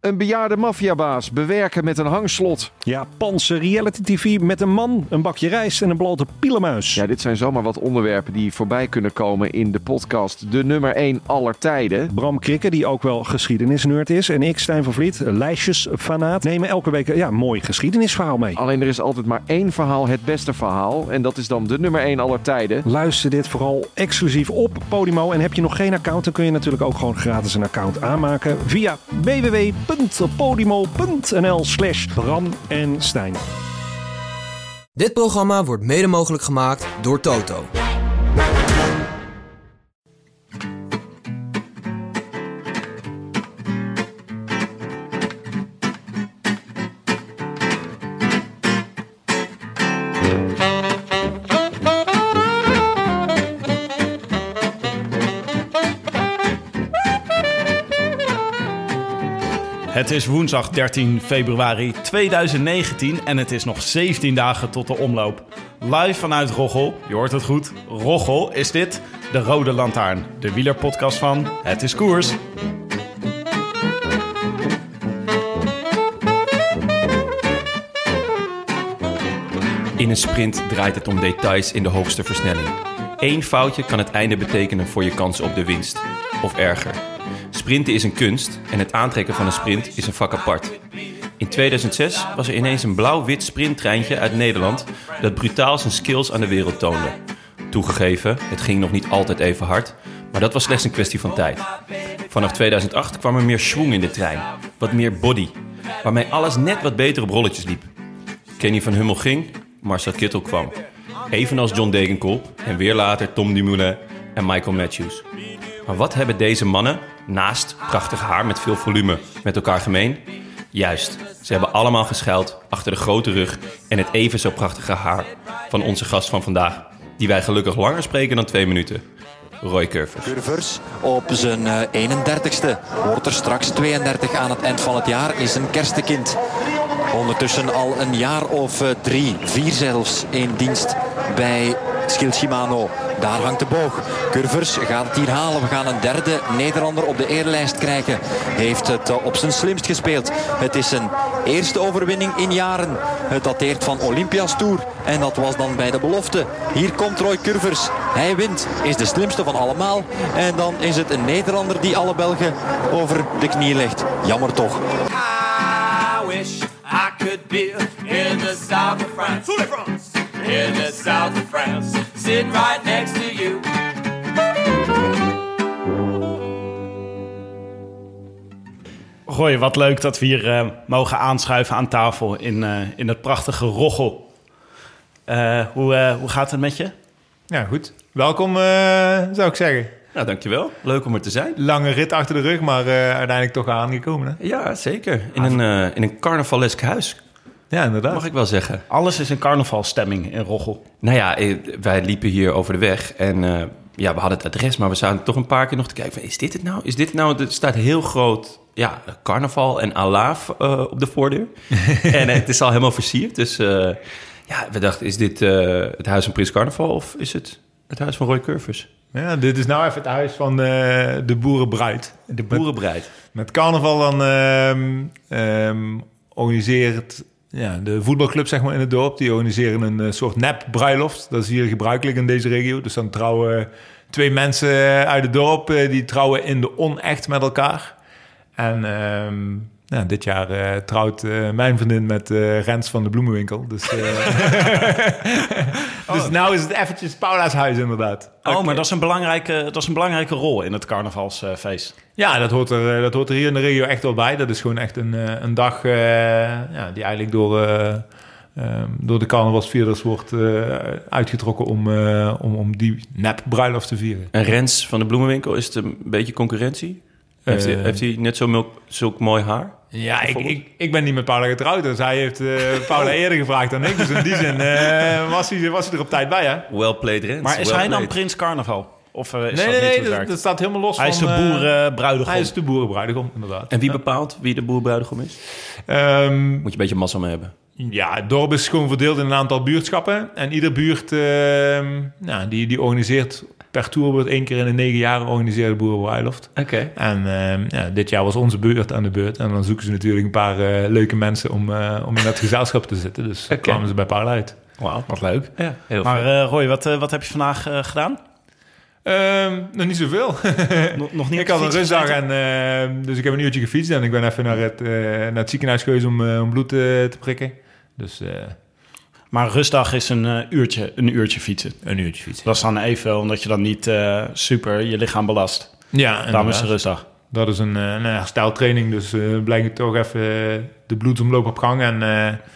Een bejaarde maffiabaas bewerken met een hangslot. Japanse reality TV met een man, een bakje rijst en een blote pielenmuis. Ja, dit zijn zomaar wat onderwerpen die voorbij kunnen komen in de podcast De nummer 1 aller tijden. Bram Krikke, die ook wel geschiedenisnerd is, en ik, Stijn van Vliet, lijstjesfanaat, nemen elke week een mooi geschiedenisverhaal mee. Alleen er is altijd maar één verhaal het beste verhaal. En dat is dan de nummer 1 aller tijden. Luister dit vooral exclusief op Podimo. En heb je nog geen account, dan kun je natuurlijk ook gewoon gratis een account aanmaken via www.podimo.nl/Bram en Stijn. Dit programma wordt mede mogelijk gemaakt door Toto. Het is woensdag 13 februari 2019 en het is nog 17 dagen tot de omloop. Live vanuit Roggel, je hoort het goed, Roggel is dit, de Rode Lantaarn. De wielerpodcast van Het is Koers. In een sprint draait het om details in de hoogste versnelling. Eén foutje kan het einde betekenen voor je kans op de winst. Of erger. Sprinten is een kunst en het aantrekken van een sprint is een vak apart. In 2006 was er ineens een blauw-wit sprinttreintje uit Nederland dat brutaal zijn skills aan de wereld toonde. Toegegeven, het ging nog niet altijd even hard, maar dat was slechts een kwestie van tijd. Vanaf 2008 kwam er meer schwung in de trein, wat meer body, waarmee alles net wat beter op rolletjes liep. Kenny van Hummel ging, Marcel Kittel kwam. Evenals John Degenkolb en weer later Tom Dumoulin en Michael Matthews. Maar wat hebben deze mannen, naast prachtig haar met veel volume, met elkaar gemeen? Juist, ze hebben allemaal geschuild achter de grote rug en het even zo prachtige haar van onze gast van vandaag, die wij gelukkig langer spreken dan 2 minuten. Roy Curvers. Curvers op zijn 31ste, wordt er straks 32 aan het eind van het jaar, is een kerstenkind. Ondertussen al een jaar of 3, 4 zelfs in dienst bij Schil Shimano. Daar hangt de boog. Curvers gaat het hier halen. We gaan een derde Nederlander op de eerlijst krijgen. Heeft het op zijn slimst gespeeld. Het is zijn eerste overwinning in jaren. Het dateert van Olympia's Tour. En dat was dan bij de belofte. Hier komt Roy Curvers. Hij wint. Is de slimste van allemaal. En dan is het een Nederlander die alle Belgen over de knie legt. Jammer toch. I wish I could be in the south of France. In the south of France. Sitting right next to you. Roy, wat leuk dat we hier mogen aanschuiven aan tafel in het prachtige Roggel. Hoe gaat het met je? Ja, goed. Welkom, zou ik zeggen. Nou, dankjewel. Leuk om er te zijn. Lange rit achter de rug, maar uiteindelijk toch aangekomen, hè? Ja, zeker. In een carnavalesk huis. Ja, inderdaad. Mag ik wel zeggen. Alles is in carnavalstemming in Roggel. Nou ja, wij liepen hier over de weg en we hadden het adres, maar we zaten toch een paar keer nog te kijken. Is dit het nou? Is dit het nou? Er staat heel groot carnaval en alaaf op de voordeur. En het is al helemaal versierd. Dus we dachten, is dit het huis van Prins Carnaval of is het huis van Roy Curvers? Ja, dit is nou even het huis van de boerenbruid. De boerenbruid. Met carnaval dan organiseert de voetbalclub zeg maar, in het dorp. Die organiseren een soort nep-bruiloft. Dat is hier gebruikelijk in deze regio. Dus dan trouwen 2 mensen uit het dorp. Die trouwen in de onecht met elkaar. En dit jaar trouwt mijn vriendin met Rens van de bloemenwinkel. Dus, dus nou is het eventjes Paula's huis inderdaad. Oh, maar dat is een belangrijke rol in het carnavalsfeest. Ja, dat hoort er hier in de regio echt wel bij. Dat is gewoon echt een dag die eigenlijk door de carnavalsvierders wordt uitgetrokken om die nep-bruiloft te vieren. En Rens van de bloemenwinkel, is het een beetje concurrentie? Heeft hij net zulk mooi haar? Ja, ik ben niet met Paula getrouwd. Dus hij heeft Paula eerder gevraagd dan ik. Dus in die zin was hij er op tijd bij, hè? Well played, Rens. Maar is hij dan Prins Carnaval? Of is nee, dat staat helemaal los hij van... Hij is de boerenbruidegom. Hij is de boerenbruidegom, inderdaad. En wie bepaalt wie de boerenbruidegom is? Moet je een beetje massa mee hebben. Ja, het dorp is gewoon verdeeld in een aantal buurtschappen. En ieder buurt die organiseert per toerbeurt 1 keer in de 9 jaar organiseren de boerenbruiloft. Oké. En dit jaar was onze beurt aan de beurt. En dan zoeken ze natuurlijk een paar leuke mensen om in dat gezelschap te zitten. Dus kwamen ze bij Paul uit. Wauw, wat leuk. Ja, heel Maar Roy, wat heb je vandaag gedaan? Nog niet zoveel. Nog niet. Ik had een rustdag dus ik heb een uurtje gefietst. En ik ben even naar het ziekenhuis geweest om bloed te prikken. Dus... Maar rustdag is een uurtje fietsen. Een uurtje fietsen. Dat is dan even, omdat je dan niet super je lichaam belast. Ja, daarom is de rustdag. Dat is een hersteltraining, dus blijkt ik toch even de bloedsomloop op gang. En,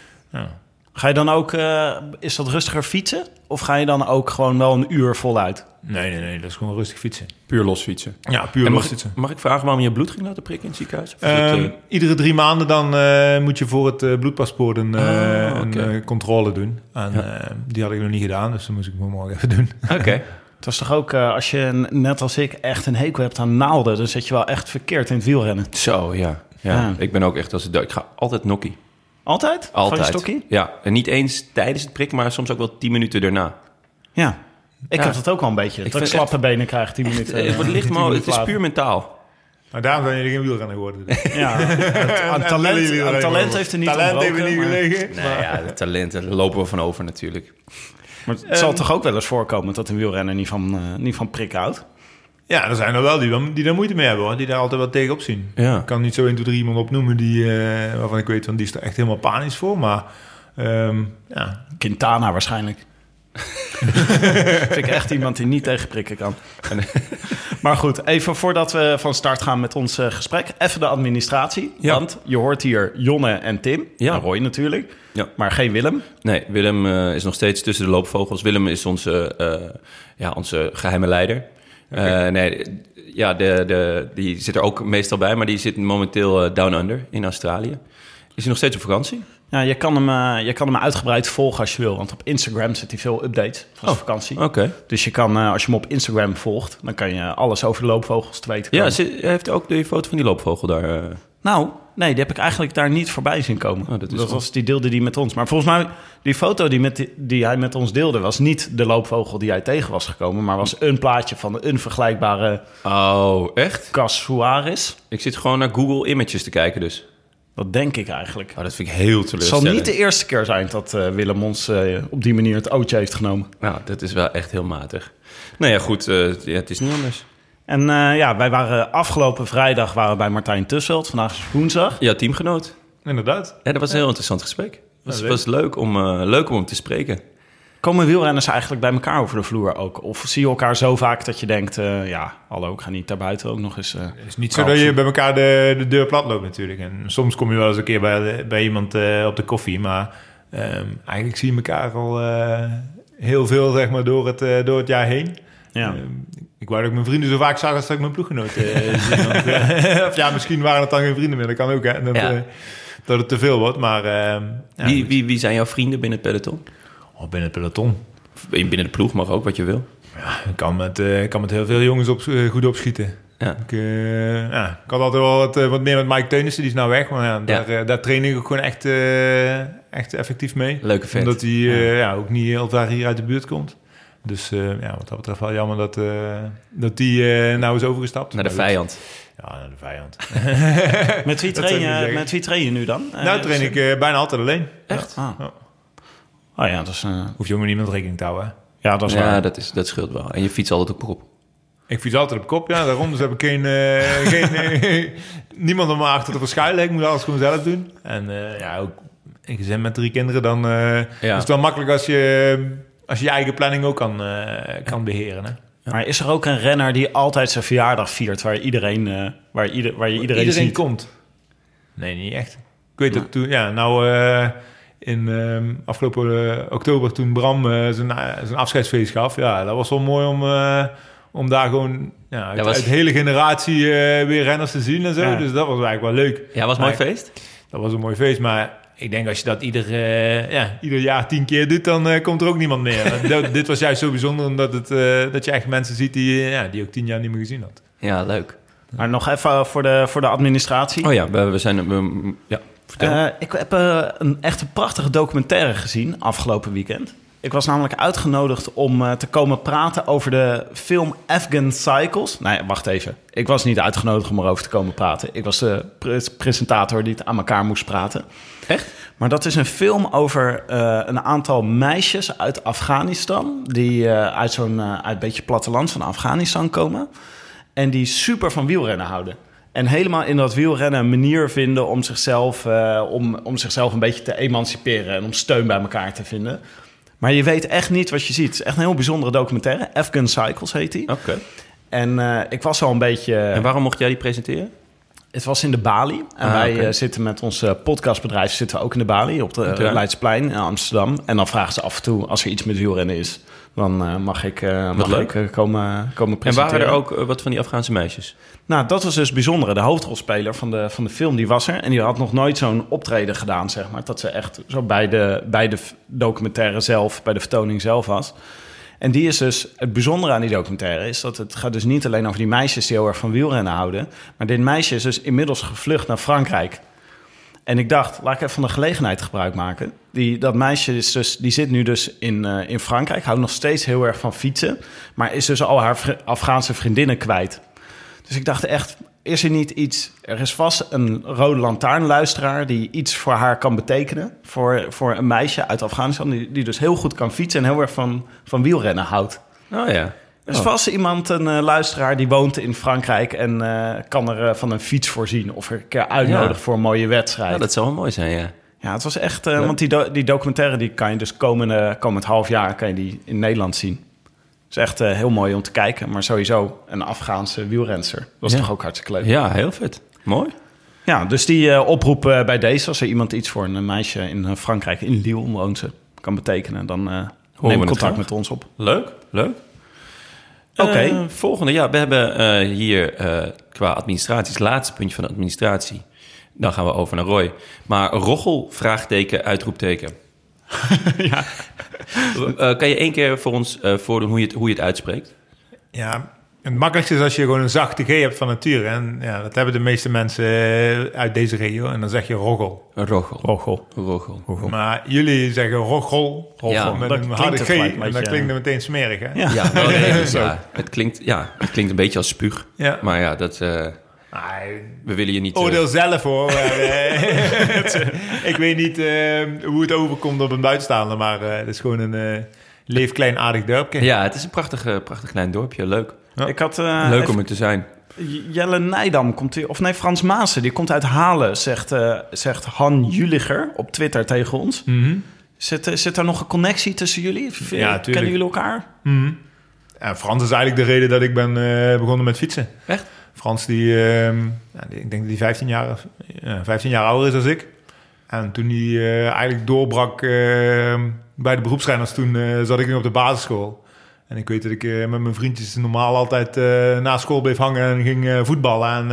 Ga je dan ook, is dat rustiger fietsen? Of ga je dan ook gewoon wel een uur voluit? Nee, dat is gewoon rustig fietsen. Puur los fietsen. Ja, puur los fietsen. Mag ik vragen waarom je bloed ging laten prikken in het ziekenhuis? Iedere 3 maanden dan moet je voor het bloedpaspoort een controle doen. En die had ik nog niet gedaan, dus dat moest ik morgen even doen. Oké. Het was toch ook, als je net als ik echt een hekel hebt aan naalden... dan zit je wel echt verkeerd in het wielrennen. Zo, ja. Ik ben ook echt als ik ga altijd nokkie. Altijd? Altijd. Van je stokkie? Ja, en niet eens tijdens het prikken, maar soms ook wel 10 minuten daarna. Ja. Ik heb dat ook wel een beetje. Dat ik slappe benen krijg 10 minuten. Het is puur mentaal. Maar daarom zijn jullie geen wielrenner geworden. Ja, aan talent heeft er niet talent heeft er niet gelegen. Nee, ja, de talenten lopen we van over natuurlijk. Maar het zal toch ook wel eens voorkomen dat een wielrenner niet van prik houdt? Ja, er zijn er wel die daar moeite mee hebben, hoor. Die daar altijd wel tegenop zien. Ja. Ik kan niet zo 1, 2, 3 iemand opnoemen waarvan ik weet, die is er echt helemaal panisch voor. Maar Quintana waarschijnlijk. Vind ik echt iemand die niet tegen prikken kan. Maar goed, even voordat we van start gaan met ons gesprek, even de administratie. Ja. Want je hoort hier Jonne en Tim. Ja. En Roy natuurlijk. Ja. Maar geen Willem. Nee, Willem is nog steeds tussen de loopvogels. Willem is onze geheime leider. Okay. Die zit er ook meestal bij, maar die zit momenteel down under in Australië. Is hij nog steeds op vakantie? Ja, je kan hem uitgebreid volgen als je wil. Want op Instagram zet hij veel updates van zijn vakantie. Okay. Dus je kan, als je hem op Instagram volgt, dan kan je alles over de loopvogels te weten komen. Ja, hij heeft ook de foto van die loopvogel daar. Nou, nee, die heb ik eigenlijk daar niet voorbij zien komen. Die deelde die met ons. Maar volgens mij, die foto die hij met ons deelde, was niet de loopvogel die hij tegen was gekomen, maar was een plaatje van een vergelijkbare... Oh, echt? Casuaris. Ik zit gewoon naar Google Images te kijken dus. Dat denk ik eigenlijk. Oh, dat vind ik heel teleurstellend. Het zal niet de eerste keer zijn dat Willem ons op die manier het ootje heeft genomen. Nou, dat is wel echt heel matig. Nou ja, goed, het is niet anders. En wij waren afgelopen vrijdag bij Martijn Tussveld. Vandaag is woensdag. Ja, teamgenoot. Inderdaad. Ja, dat was een heel interessant gesprek. Het was leuk om hem te spreken. Komen wielrenners eigenlijk bij elkaar over de vloer ook? Of zie je elkaar zo vaak dat je denkt... hallo, ik ga niet daarbuiten ook nog eens... Het is niet zo dat je bij elkaar de deur plat loopt natuurlijk. En soms kom je wel eens een keer bij iemand op de koffie. Maar eigenlijk zie je elkaar al heel veel, zeg maar, door het jaar heen. Ja. Ik wou dat ik mijn vrienden zo vaak zag als dat ik mijn ploeggenoten zie. Misschien waren het dan geen vrienden meer. Dat kan ook, hè. Dat het te veel wordt. Maar, wie zijn jouw vrienden binnen het peloton? Binnen het peloton. Binnen de ploeg mag ook, wat je wil. Ja, ik kan met heel veel jongens goed opschieten. Ja. Ik had altijd wel wat meer met Mike Teunissen, die is nou weg. Maar daar train ik ook gewoon echt effectief mee. Leuke vent. Omdat hij ook niet heel ver hier uit de buurt komt. Dus wat dat betreft wel jammer dat die nou is overgestapt. Naar de vijand. Ja, naar de vijand. Met wie train je nu dan? Nou train ik bijna altijd alleen. Echt? Ja. Oh ja, dat is... Hoef je ook met niemand rekening te houden. Hè? Ja, dat is waar. Dat scheelt wel. En je fietst altijd op kop. Ik fiets altijd op kop, ja. Daarom dus heb ik geen niemand om me achter te verschuilen. Ik moet alles gewoon zelf doen. En ook in gezin met 3 kinderen, dan is het wel makkelijk als je eigen planning ook kan beheren. Hè? Ja. Maar is er ook een renner die altijd zijn verjaardag viert, waar iedereen ziet? Komt? Nee, niet echt. Ik weet dat toen, in afgelopen oktober, toen Bram zijn afscheidsfeest gaf. Ja, dat was wel mooi om daar gewoon uit de hele generatie weer renners te zien en zo. Ja. Dus dat was eigenlijk wel leuk. Ja, was een mooi feest? Dat was een mooi feest, maar ik denk als je dat ieder jaar 10 keer doet, dan komt er ook niemand meer. Dit was juist zo bijzonder, omdat dat je echt mensen ziet die ook 10 jaar niet meer gezien had. Ja, leuk. Maar nog even voor de administratie. Oh ja, we zijn... ik heb een prachtige documentaire gezien afgelopen weekend. Ik was namelijk uitgenodigd om te komen praten over de film Afghan Cycles. Nee, wacht even. Ik was niet uitgenodigd om erover te komen praten. Ik was de presentator die het aan elkaar moest praten. Echt? Maar dat is een film over een aantal meisjes uit Afghanistan... die uit een beetje platteland van Afghanistan komen... en die super van wielrennen houden. En helemaal in dat wielrennen een manier vinden om zichzelf, om zichzelf een beetje te emanciperen... en om steun bij elkaar te vinden... Maar je weet echt niet wat je ziet. Het is echt een heel bijzondere documentaire. Afghan Cycles heet die. Oké. En ik was al een beetje... En waarom mocht jij die presenteren? Het was in de Bali. En wij zitten met ons podcastbedrijf zitten we ook in de Bali... op de Leidsplein in Amsterdam. En dan vragen ze af en toe, als er iets met wielrennen is... dan mag ik komen presenteren. En waren er ook wat van die Afghaanse meisjes? Nou, dat was dus het bijzondere. De hoofdrolspeler van de film, die was er. En die had nog nooit zo'n optreden gedaan, zeg maar. Dat ze echt zo bij de documentaire zelf, bij de vertoning zelf was. En die is dus, het bijzondere aan die documentaire is dat het gaat dus niet alleen over die meisjes die heel erg van wielrennen houden. Maar dit meisje is dus inmiddels gevlucht naar Frankrijk. En ik dacht, laat ik even van de gelegenheid gebruik maken. Dat meisje is dus, die zit nu dus in Frankrijk, houdt nog steeds heel erg van fietsen. Maar is dus al haar Afghaanse vriendinnen kwijt. Dus ik dacht echt, is er niet iets... Er is vast een Rode Lantaarnluisteraar die iets voor haar kan betekenen. Voor een meisje uit Afghanistan die dus heel goed kan fietsen... en heel erg van wielrennen houdt. Oh ja. Er is vast iemand, een luisteraar, die woont in Frankrijk... en kan er van een fiets voorzien of er een keer uitnodigen voor een mooie wedstrijd. Ja, dat zou wel mooi zijn, ja. Ja, het was echt... want die documentaire die kan je dus komend half jaar kan je die in Nederland zien. Het is echt heel mooi om te kijken. Maar sowieso een Afghaanse wielrenster. Dat is toch ook hartstikke leuk. Ja, heel vet. Mooi. Ja, dus die oproep bij deze... als er iemand iets voor een meisje in Frankrijk... in Lille woont ze, kan betekenen... dan neem contact met ons op. Leuk. Oké. Volgende. Ja, we hebben hier qua administratie... het laatste puntje van de administratie. Dan gaan we over naar Roy. Maar Roggel, vraagteken, uitroepteken. Ja. Kan je één keer voor ons voordoen hoe je het uitspreekt? Ja, het makkelijkste is als je gewoon een zachte G hebt van nature. En ja, dat hebben de meeste mensen uit deze regio. En dan zeg je Roggel. Roggel. Maar jullie zeggen Roggel. Ja, met dat een harde G. klinkt En dat klinkt meteen smerig, hè? Ja. Ja, wel even, het klinkt een beetje als spuug. Ja. Maar ja, dat... we willen je niet... Oordeel zelf, hoor. Maar, ik weet niet hoe het overkomt op een buitenstaander. Maar het is gewoon een leefklein aardig dorpje. Ja, het is een prachtig klein dorpje. Leuk. Ja. Ik had, Leuk om er te zijn. Jelle Nijdam Frans Maassen, die komt uit Halen, zegt Han Juliger op Twitter tegen ons. Mm-hmm. Zit er nog een connectie tussen jullie? Ja, kennen jullie elkaar? Mm-hmm. Ja, Frans is eigenlijk de reden dat ik ben begonnen met fietsen. Echt? Frans, ik denk dat hij 15 jaar ouder is dan ik. En toen hij eigenlijk doorbrak bij de beroepsrenners, toen zat ik nog op de basisschool. En ik weet dat ik met mijn vriendjes normaal altijd na school bleef hangen en ging voetballen.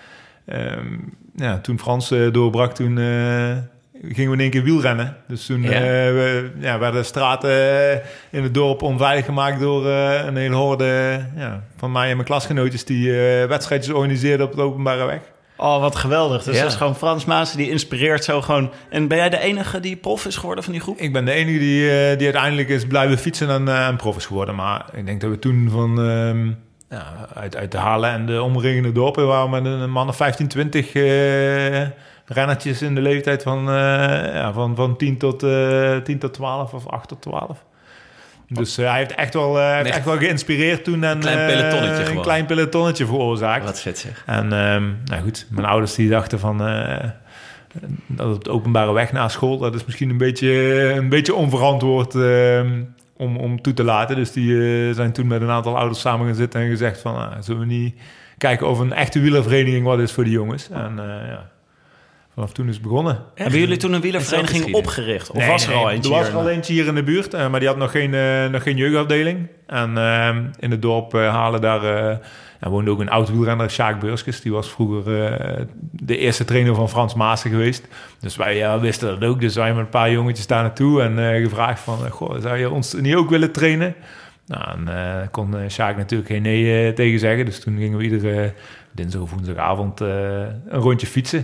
En toen Frans doorbrak, toen gingen we in één keer wielrennen. Dus toen werden de straten in het dorp onveilig gemaakt door een hele horde van mij en mijn klasgenootjes die wedstrijdjes organiseerden op de openbare weg. Oh, wat geweldig. Dus dat is gewoon Frans Maassen, die inspireert zo gewoon. En ben jij de enige die prof is geworden van die groep? Ik ben de enige die uiteindelijk is blijven fietsen en prof is geworden. Maar ik denk dat we toen uit de Halen en de omringende dorpen waren met een man of 15, 20 rennertjes in de leeftijd van 10 tot 12 of 8 tot 12. Dus hij heeft echt wel geïnspireerd toen. En, een klein pelotonnetje gewoon. Een klein pelotonnetje veroorzaakt. Wat vet zeg. En goed, mijn ouders die dachten van... dat op de openbare weg na school... dat is misschien een beetje onverantwoord om toe te laten. Dus die zijn toen met een aantal ouders samen gaan zitten... en gezegd van... zullen we niet kijken of een echte wielervereniging wat is voor die jongens? En vanaf toen is het begonnen. Echt? Hebben jullie toen een wielervereniging opgericht? Of was er al eentje? Er was er al eentje hier in de buurt, maar die had nog geen jeugdafdeling. En in het dorp Halen, daar woonde ook een oud wielrenner, Sjaak Beurskes. Die was vroeger de eerste trainer van Frans Maassen geweest. Dus wij wisten dat ook. Dus wij met een paar jongetjes daar naartoe en gevraagd van... zou je ons niet ook willen trainen? Nou, en kon Sjaak natuurlijk geen nee tegen zeggen. Dus toen gingen we iedere dinsdag of woensdagavond een rondje fietsen.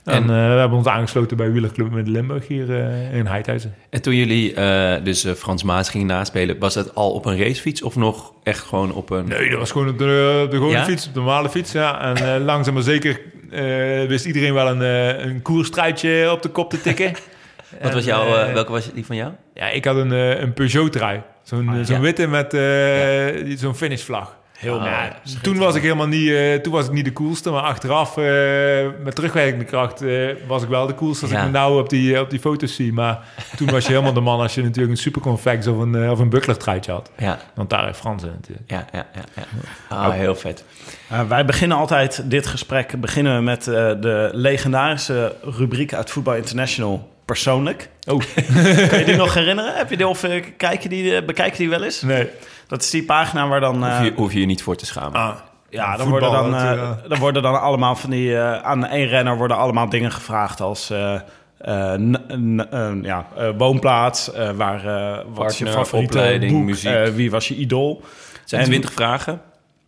En we hebben ons aangesloten bij Wielerclub Midden-Limburg hier in Heidhuizen. En toen jullie dus Frans Maas gingen naspelen, was dat al op een racefiets of nog echt gewoon op een... Nee, dat was gewoon op de gewone fiets, op de normale fiets. Ja. En langzaam maar zeker wist iedereen wel een koersstrijdje op de kop te tikken. Wat was welke was die van jou? Ja, ik had een Peugeot-trui. Zo'n witte met zo'n finishvlag. Heel mooi. Toen was ik helemaal niet, toen was ik niet de coolste, maar achteraf met terugwerkende kracht was ik wel de coolste als ik me nou op die foto's zie. Maar toen was je helemaal de man als je natuurlijk een Superconvex of een Buckler-truitje had. Ja. Want daar heeft Frans in natuurlijk. Ja. Heel vet. Wij beginnen altijd dit gesprek met de legendarische rubriek uit Voetbal International, persoonlijk. Oh. Kan je die nog herinneren? Heb je die of bekijk je die wel eens? Nee. Dat is die pagina waar dan... Hoef je je niet voor te schamen. Ja, dan worden dan allemaal van die... aan één renner worden allemaal dingen gevraagd als... woonplaats, wat is je favoriete opleiding, boek, muziek. Wie was je idool? Het zijn 20 vragen.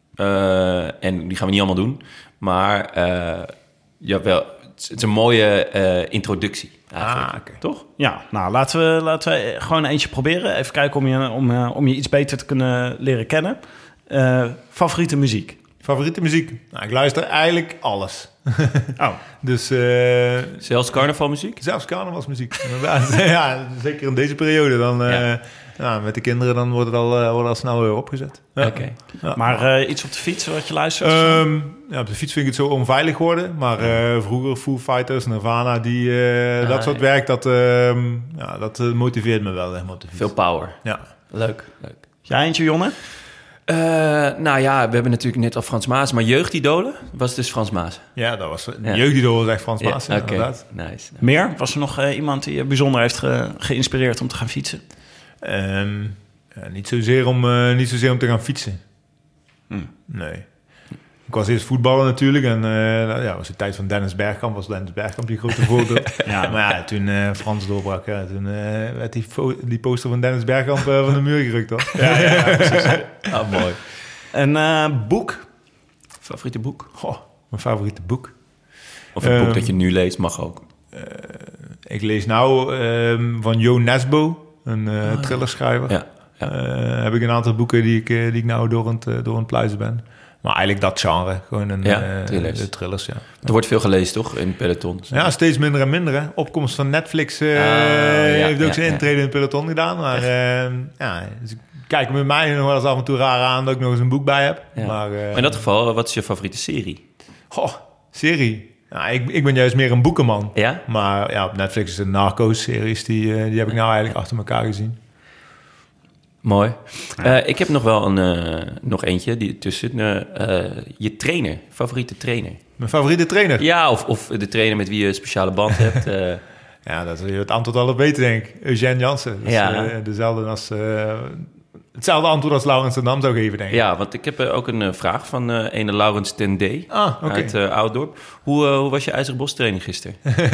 En die gaan we niet allemaal doen. Maar het is een mooie introductie. Okay. Toch? Ja, nou laten we gewoon eentje proberen. Even kijken om je iets beter te kunnen leren kennen. Favoriete muziek? Favoriete muziek? Nou, ik luister eigenlijk alles. Dus, zelfs carnavalmuziek? Zelfs carnavalsmuziek, inderdaad. Ja, zeker in deze periode. Dan, met de kinderen dan wordt het al snel weer opgezet. Ja. Okay. Ja. Maar iets op de fiets wat je luistert? Op de fiets vind ik het zo onveilig worden. Maar vroeger Foo Fighters, Nirvana, dat soort werk, dat motiveert me wel helemaal op de fiets. Veel power. Ja. Leuk. Jij eentje, Jonne? We hebben natuurlijk net al Frans Maas, maar jeugdidolen was dus Frans Maas. Ja, dat was jeugdidolen was echt Frans Maas. Ja, inderdaad. Nice. Meer? Was er nog iemand die je bijzonder heeft geïnspireerd om te gaan fietsen? Niet zozeer om te gaan fietsen. Nee. Ik was eerst voetballer natuurlijk. En was de tijd van Dennis Bergkamp. Was Dennis Bergkamp die grote voorbeeld. Maar toen Frans doorbrak, toen werd die poster van Dennis Bergkamp van de muur gerukt. Hoor. Ja, precies. Mooi. En boek? Favoriete boek? Mijn favoriete boek? Of een boek dat je nu leest, mag ook. Ik lees nou van Jo Nesbo, een thrillerschrijver. Ja. Heb ik een aantal boeken die ik nou door het pluizen ben. Maar eigenlijk dat genre. Gewoon de thrillers, ja. Er wordt veel gelezen, toch? In pelotons. Ja, steeds minder en minder. Hè. Opkomst van Netflix heeft ook zijn intrede in het peloton gedaan. Maar dus kijk met mij nog wel eens af en toe raar aan dat ik nog eens een boek bij heb. Ja. Maar in dat geval, wat is je favoriete serie? Serie? Nou, ik ben juist meer een boekenman. Ja? Maar op Netflix is de Narcos-series. Die heb ik nou eigenlijk achter elkaar gezien. Mooi. Ik heb nog wel nog eentje die tussen. Je trainer, favoriete trainer. Mijn favoriete trainer? Ja, of de trainer met wie je een speciale band hebt. Ja, dat wil je het antwoord al op weten, denk ik. Eugène Janssen. Dus, hetzelfde antwoord als Laurens ten Dam zou geven, denk ik. Ja, want ik heb ook een vraag van ene Laurens ten D. Uit Ouddorp. Hoe was je IJzeren training gisteren?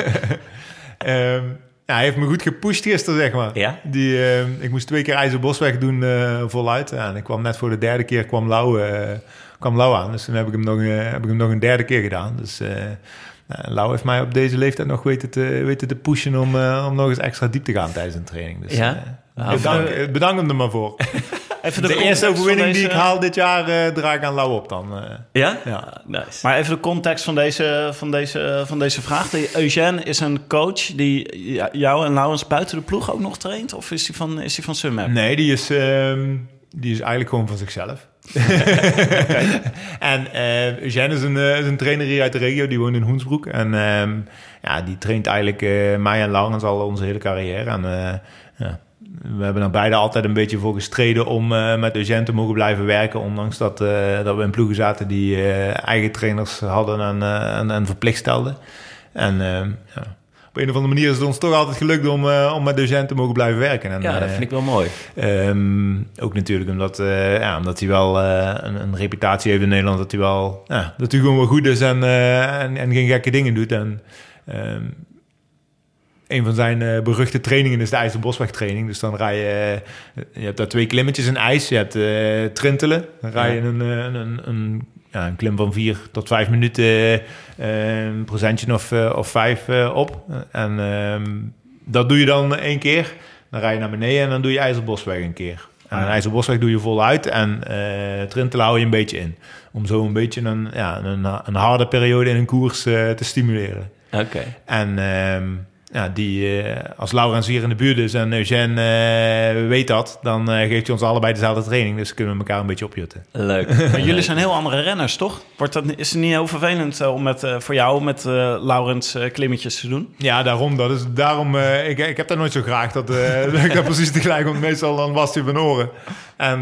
Hij heeft me goed gepusht gisteren, zeg maar. Ja? Ik moest 2 keer IJzerbosweg doen voluit. En ik kwam net voor de 3e keer kwam Lau aan. Dus toen heb ik hem nog een 3e keer gedaan. Dus Lau heeft mij op deze leeftijd nog weten te pushen om nog eens extra diep te gaan tijdens een training. Dus bedank hem er maar voor. Even de eerste overwinning die ik haal dit jaar draag ik aan Lau op dan. Ja? Nice. Maar even de context van deze vraag. Eugène is een coach die jou en Laurens buiten de ploeg ook nog traint? Of is die van Sunweb? Nee, die is eigenlijk gewoon van zichzelf. Okay. En Eugène is een trainer hier uit de regio. Die woont in Hoensbroek. En die traint eigenlijk mij en Laurens al onze hele carrière. En we hebben er beide altijd een beetje voor gestreden om met Eugène te mogen blijven werken. Ondanks dat we in ploegen zaten die eigen trainers hadden en verplicht stelden. En op een of andere manier is het ons toch altijd gelukt om met Eugène te mogen blijven werken. En, dat vind ik wel mooi. Ook natuurlijk omdat hij wel een reputatie heeft in Nederland. Dat hij gewoon wel goed is en geen gekke dingen doet. En een van zijn beruchte trainingen is de IJzerbosweg-training. Dus dan rij je hebt daar 2 klimmetjes in ijs. Je hebt Trintelen. Dan rij je een klim van 4 tot 5 minuten, een procentje of 5 op. En dat doe je dan 1 keer. Dan rij je naar beneden en dan doe je IJzerbosweg 1 keer. En IJzerbosweg doe je voluit en Trintel hou je een beetje in. Om zo een beetje een harde periode in een koers te stimuleren. Oké. En als Laurens hier in de buurt is en Eugène weet dat, dan geeft hij ons allebei dezelfde training. Dus kunnen we elkaar een beetje opjutten. Leuk. Maar jullie zijn heel andere renners, toch? Is het niet heel vervelend om voor jou met Laurens klimmetjes te doen? Ja, daarom. Ik heb dat nooit zo graag dat ik dat precies tegelijk, want meestal dan was hij van oren. En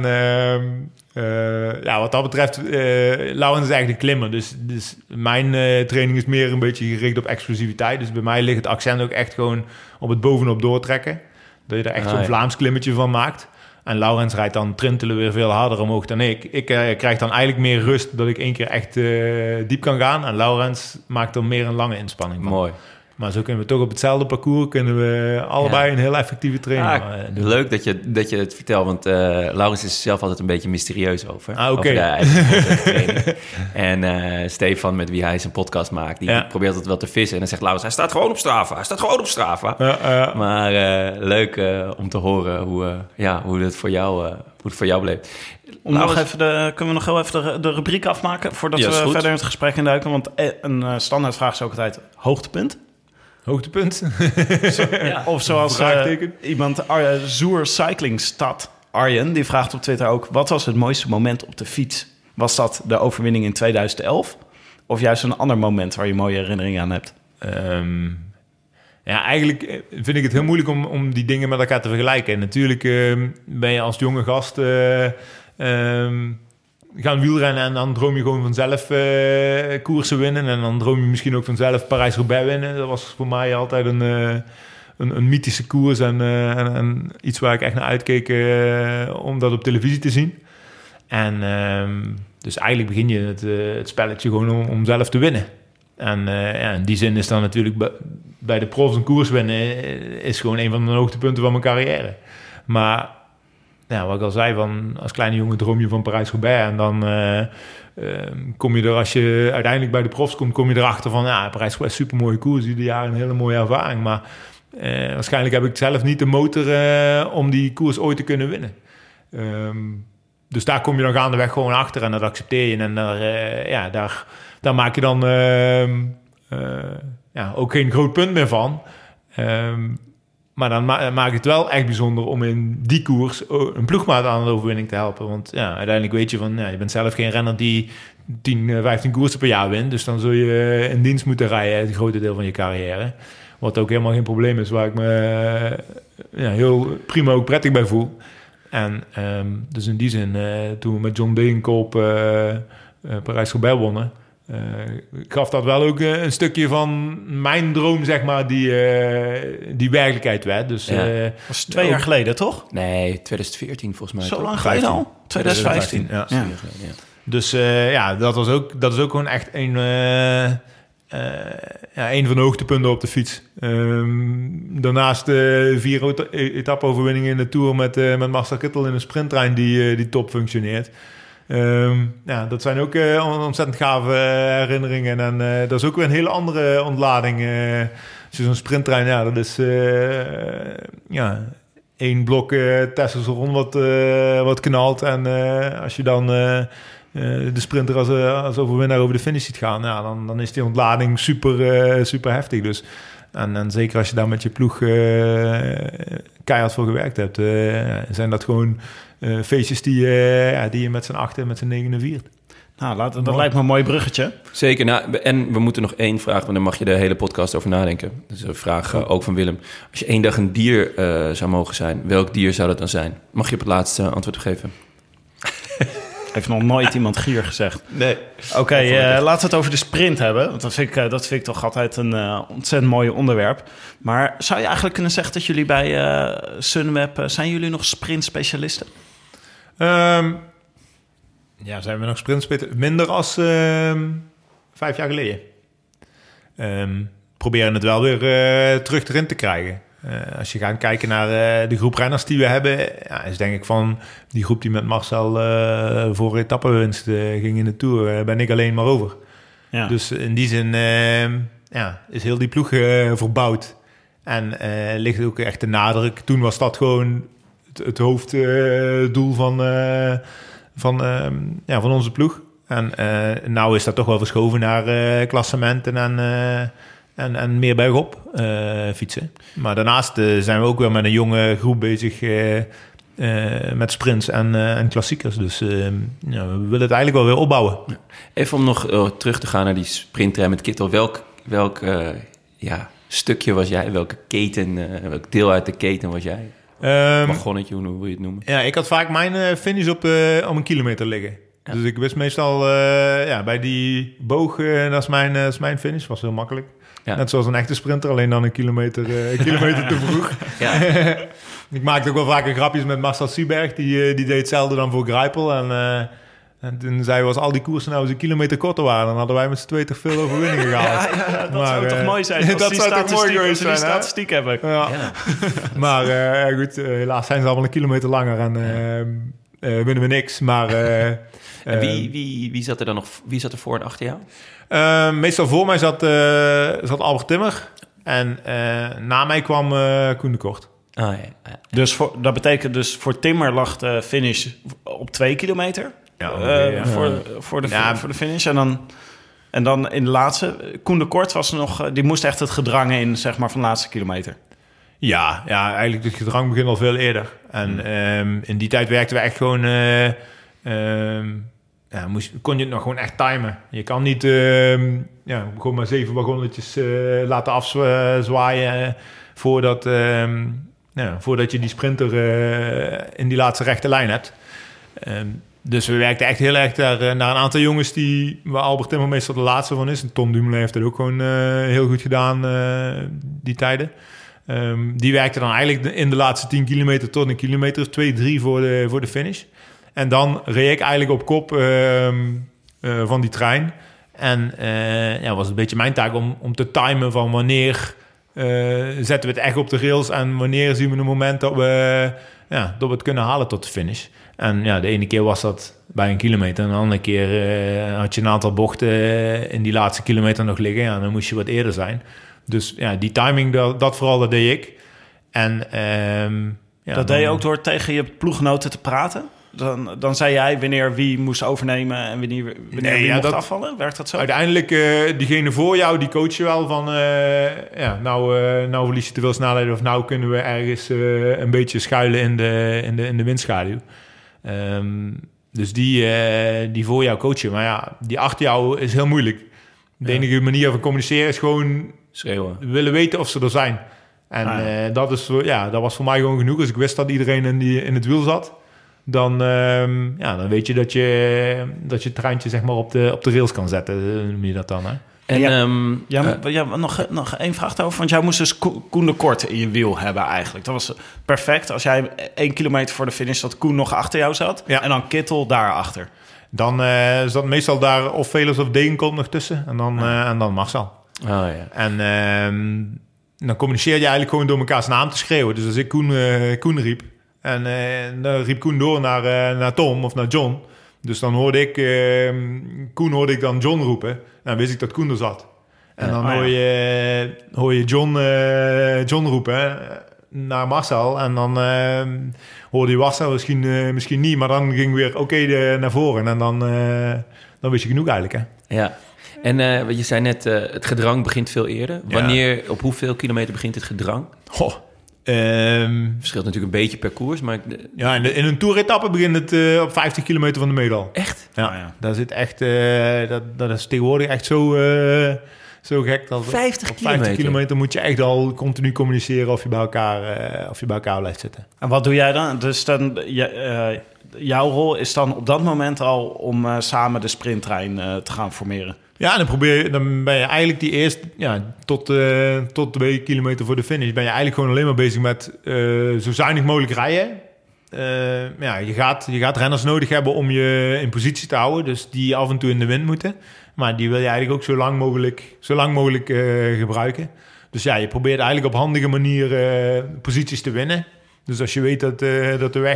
wat dat betreft, Laurens is eigenlijk een klimmer. Dus mijn training is meer een beetje gericht op explosiviteit. Dus bij mij ligt het accent ook echt gewoon op het bovenop doortrekken. Dat je er echt zo'n Vlaams klimmetje van maakt. En Laurens rijdt dan Trintelen weer veel harder omhoog dan ik. Ik krijg dan eigenlijk meer rust dat ik 1 keer echt diep kan gaan. En Laurens maakt er meer een lange inspanning van. Mooi. Maar zo kunnen we toch op hetzelfde parcours allebei een heel effectieve training doen. Leuk dat je het vertelt, want Laurens is zelf altijd een beetje mysterieus over. Oké. Over de eigen training. En Stefan, met wie hij zijn podcast maakt, die probeert het wel te vissen. En dan zegt Laurens, hij staat gewoon op Strava. Maar leuk om te horen hoe het voor jou bleef. Kunnen we nog heel even de rubriek afmaken voordat we verder in het gesprek induiken? Want een standaardvraag is ook altijd hoogtepunt. Hoogtepunt? Of zoals iemand, Zoer Cycling Stad Arjen, die vraagt op Twitter ook, wat was het mooiste moment op de fiets? Was dat de overwinning in 2011? Of juist een ander moment waar je mooie herinneringen aan hebt? Eigenlijk vind ik het heel moeilijk om die dingen met elkaar te vergelijken. En natuurlijk ben je als jonge gast gaan wielrennen en dan droom je gewoon vanzelf koersen winnen. En dan droom je misschien ook vanzelf Parijs-Roubaix winnen. Dat was voor mij altijd een mythische koers en iets waar ik echt naar uitkeek om dat op televisie te zien. En dus eigenlijk begin je het spelletje gewoon om zelf te winnen. En in die zin is dan natuurlijk bij de profs een koers winnen is gewoon een van de hoogtepunten van mijn carrière. Maar wat ik al zei, als kleine jongen droom je van Parijs-Roubaix. En dan kom je er, als je uiteindelijk bij de profs komt, kom je erachter van, Parijs-Roubaix, supermooie koers, ieder jaar een hele mooie ervaring. Maar waarschijnlijk heb ik zelf niet de motor om die koers ooit te kunnen winnen. Dus daar kom je dan gaandeweg gewoon achter en dat accepteer je. En daar maak je dan ook geen groot punt meer van. Maar dan maakt het wel echt bijzonder om in die koers een ploegmaat aan de overwinning te helpen. Want uiteindelijk weet je van, je bent zelf geen renner die 10, 15 koersen per jaar wint. Dus dan zul je in dienst moeten rijden het grote deel van je carrière. Wat ook helemaal geen probleem is, waar ik me heel prima ook prettig bij voel. En dus in die zin, toen we met John Degenkolb Parijs-Roubaix wonnen, gaf dat wel ook een stukje van mijn droom, zeg maar, die werkelijkheid werd. Dus, dat was 2 jaar geleden, toch? Nee, 2014 volgens mij. Zo lang geleden al? 2015. Ja. Dus dat is ook gewoon echt een van de hoogtepunten op de fiets. Daarnaast 4 etappe-overwinningen in de Tour met Marcel Kittel in een sprinttrein die top functioneert. Dat zijn ook ontzettend gave herinneringen. En dat is ook weer een hele andere ontlading. Als je zo'n sprinttrein, dat is 1 blok testosteron wat knalt. En als je dan de sprinter als overwinnaar over de finish ziet gaan, dan is die ontlading super heftig. Dus. En zeker als je daar met je ploeg keihard voor gewerkt hebt, zijn dat gewoon feestjes die je met z'n 8 en met z'n 9 viert. Nou, dat lijkt me een mooi bruggetje. Zeker. En we moeten nog 1 vraag, want dan mag je de hele podcast over nadenken. Dat is een vraag ook van Willem. Als je 1 dag een dier zou mogen zijn, welk dier zou dat dan zijn? Mag je op het laatste antwoord geven? Heeft nog nooit iemand gier gezegd. Nee. Oké, laten we het over de sprint hebben. Want dat vind ik toch altijd een ontzettend mooi onderwerp. Maar zou je eigenlijk kunnen zeggen dat jullie bij Sunweb... zijn jullie nog sprintspecialisten? Zijn we nog sprintspecialisten? Minder als 5 jaar geleden. Proberen het wel weer terug erin te krijgen. Als je gaat kijken naar de groep renners die we hebben, is denk ik van die groep die met Marcel voor etappewinst ging in de Tour, ben ik alleen maar over. Ja. Dus in die zin is heel die ploeg verbouwd. En ligt ook echt de nadruk. Toen was dat gewoon het hoofddoel van onze ploeg. En nou is dat toch wel verschoven naar klassementen en meer bergop fietsen. Maar daarnaast zijn we ook weer met een jonge groep bezig met sprints en klassiekers. Dus we willen het eigenlijk wel weer opbouwen. Even om nog terug te gaan naar die sprinttrein met Kittel. Welk stukje was jij? Welke keten, welk deel uit de keten was jij? Wagonnetje, hoe wil je het noemen? Ja, ik had vaak mijn finish op 1 kilometer liggen. Ja. Dus ik wist meestal bij die boog, dat is mijn finish. Was heel makkelijk. Ja. Net zoals een echte sprinter, alleen dan een kilometer te vroeg. Ja. Ik maakte ook wel vaker grapjes met Marcel Sieberg. Die deed hetzelfde dan voor Greipel. En toen zei hij, als al die koersen nou eens 1 kilometer korter waren, dan hadden wij met z'n tweeën toch veel overwinningen gehaald. Ja, dat zou toch mooi zijn. Dat zou toch mooi geweest zijn, die statistiek hebben. Ja. Maar goed, helaas zijn ze allemaal 1 kilometer langer en winnen we niks. Maar en wie zat er dan nog? Wie zat er voor en achter jou? Meestal voor mij zat Albert Timmer. En na mij kwam Koen de Kort. Ja. Dus dat betekent dus voor Timmer lag de finish op 2 kilometer. Voor de finish. En dan in de laatste... Koen de Kort was nog... Die moest echt het gedrang in, zeg maar, van de laatste kilometer. Ja, eigenlijk het gedrang begint al veel eerder. En in die tijd werkten we echt gewoon... kon je het nog gewoon echt timen. Je kan niet gewoon maar 7 wagonnetjes laten afzwaaien... voordat je die sprinter in die laatste rechte lijn hebt. Dus we werkten echt heel erg naar een aantal jongens waar Albert Timmer meestal de laatste van is. En Tom Dumoulin heeft het ook gewoon heel goed gedaan, die tijden. Die werkte dan eigenlijk in de laatste 10 kilometer tot 1 kilometer of 2, 3 voor de finish. En dan reed ik eigenlijk op kop van die trein. En was het een beetje mijn taak om te timen van wanneer zetten we het echt op de rails en wanneer zien we een moment dat we het kunnen halen tot de finish. En de ene keer was dat bij 1 kilometer en de andere keer had je een aantal bochten in die laatste kilometer nog liggen. Ja, dan moest je wat eerder zijn. Dus die timing, dat deed ik. En dat deed je ook door tegen je ploeggenoten te praten? Dan zei jij wanneer wie moest overnemen en wanneer wie mocht afvallen? Werkt dat zo? Uiteindelijk, diegene voor jou, die coach je wel van... nou verlies je te veel snelheid of nou kunnen we ergens een beetje schuilen in de windschaduw. Dus die voor jou coachen. Maar die achter jou is heel moeilijk. De enige manier van communiceren is gewoon... schreeuwen. We willen weten of ze er zijn. En dat was voor mij gewoon genoeg. Als ik wist dat iedereen in het wiel zat... Dan weet je dat je het treintje zeg maar op de rails kan zetten. Noem je dat dan, hè? En nog één vraag over. Want jij moest dus Koen de Kort in je wiel hebben eigenlijk. Dat was perfect. Als jij 1 kilometer voor de finish dat Koen nog achter jou zat. Ja. En dan Kittel daarachter. Dan zat meestal daar of Velers of Degenkolb nog tussen. En dan Marcel. Oh, ja. En dan communiceer je eigenlijk gewoon door mekaars naam te schreeuwen. Dus als ik Koen riep... En dan riep Koen door naar Tom of naar John. Dus dan hoorde ik dan John roepen. En dan wist ik dat Koen er zat. En dan hoor je John roepen naar Marcel. En dan hoorde je Marcel misschien niet. Maar dan ging weer naar voren. En dan wist je genoeg eigenlijk. Hè? Ja. En je zei net, het gedrang begint veel eerder. Op hoeveel kilometer begint het gedrang? Verschilt natuurlijk een beetje per koers, maar... in een toeretappe begint het op 50 kilometer van de meedal. Echt? Ja. Dat zit echt... dat is tegenwoordig echt zo gek. Dat 50 kilometer? 50 kilometer moet je echt al continu communiceren of je bij elkaar blijft zitten. En wat doe jij dan? Dus dan... jouw rol is dan op dat moment al om samen de sprinttrein te gaan formeren? Ja, dan ben je eigenlijk die eerste... tot 2 kilometer voor de finish... ben je eigenlijk gewoon alleen maar bezig met zo zuinig mogelijk rijden. Je gaat renners nodig hebben om je in positie te houden. Dus die af en toe in de wind moeten. Maar die wil je eigenlijk ook zo lang mogelijk gebruiken. Dus ja, je probeert eigenlijk op handige manier posities te winnen. Dus als je weet dat de weg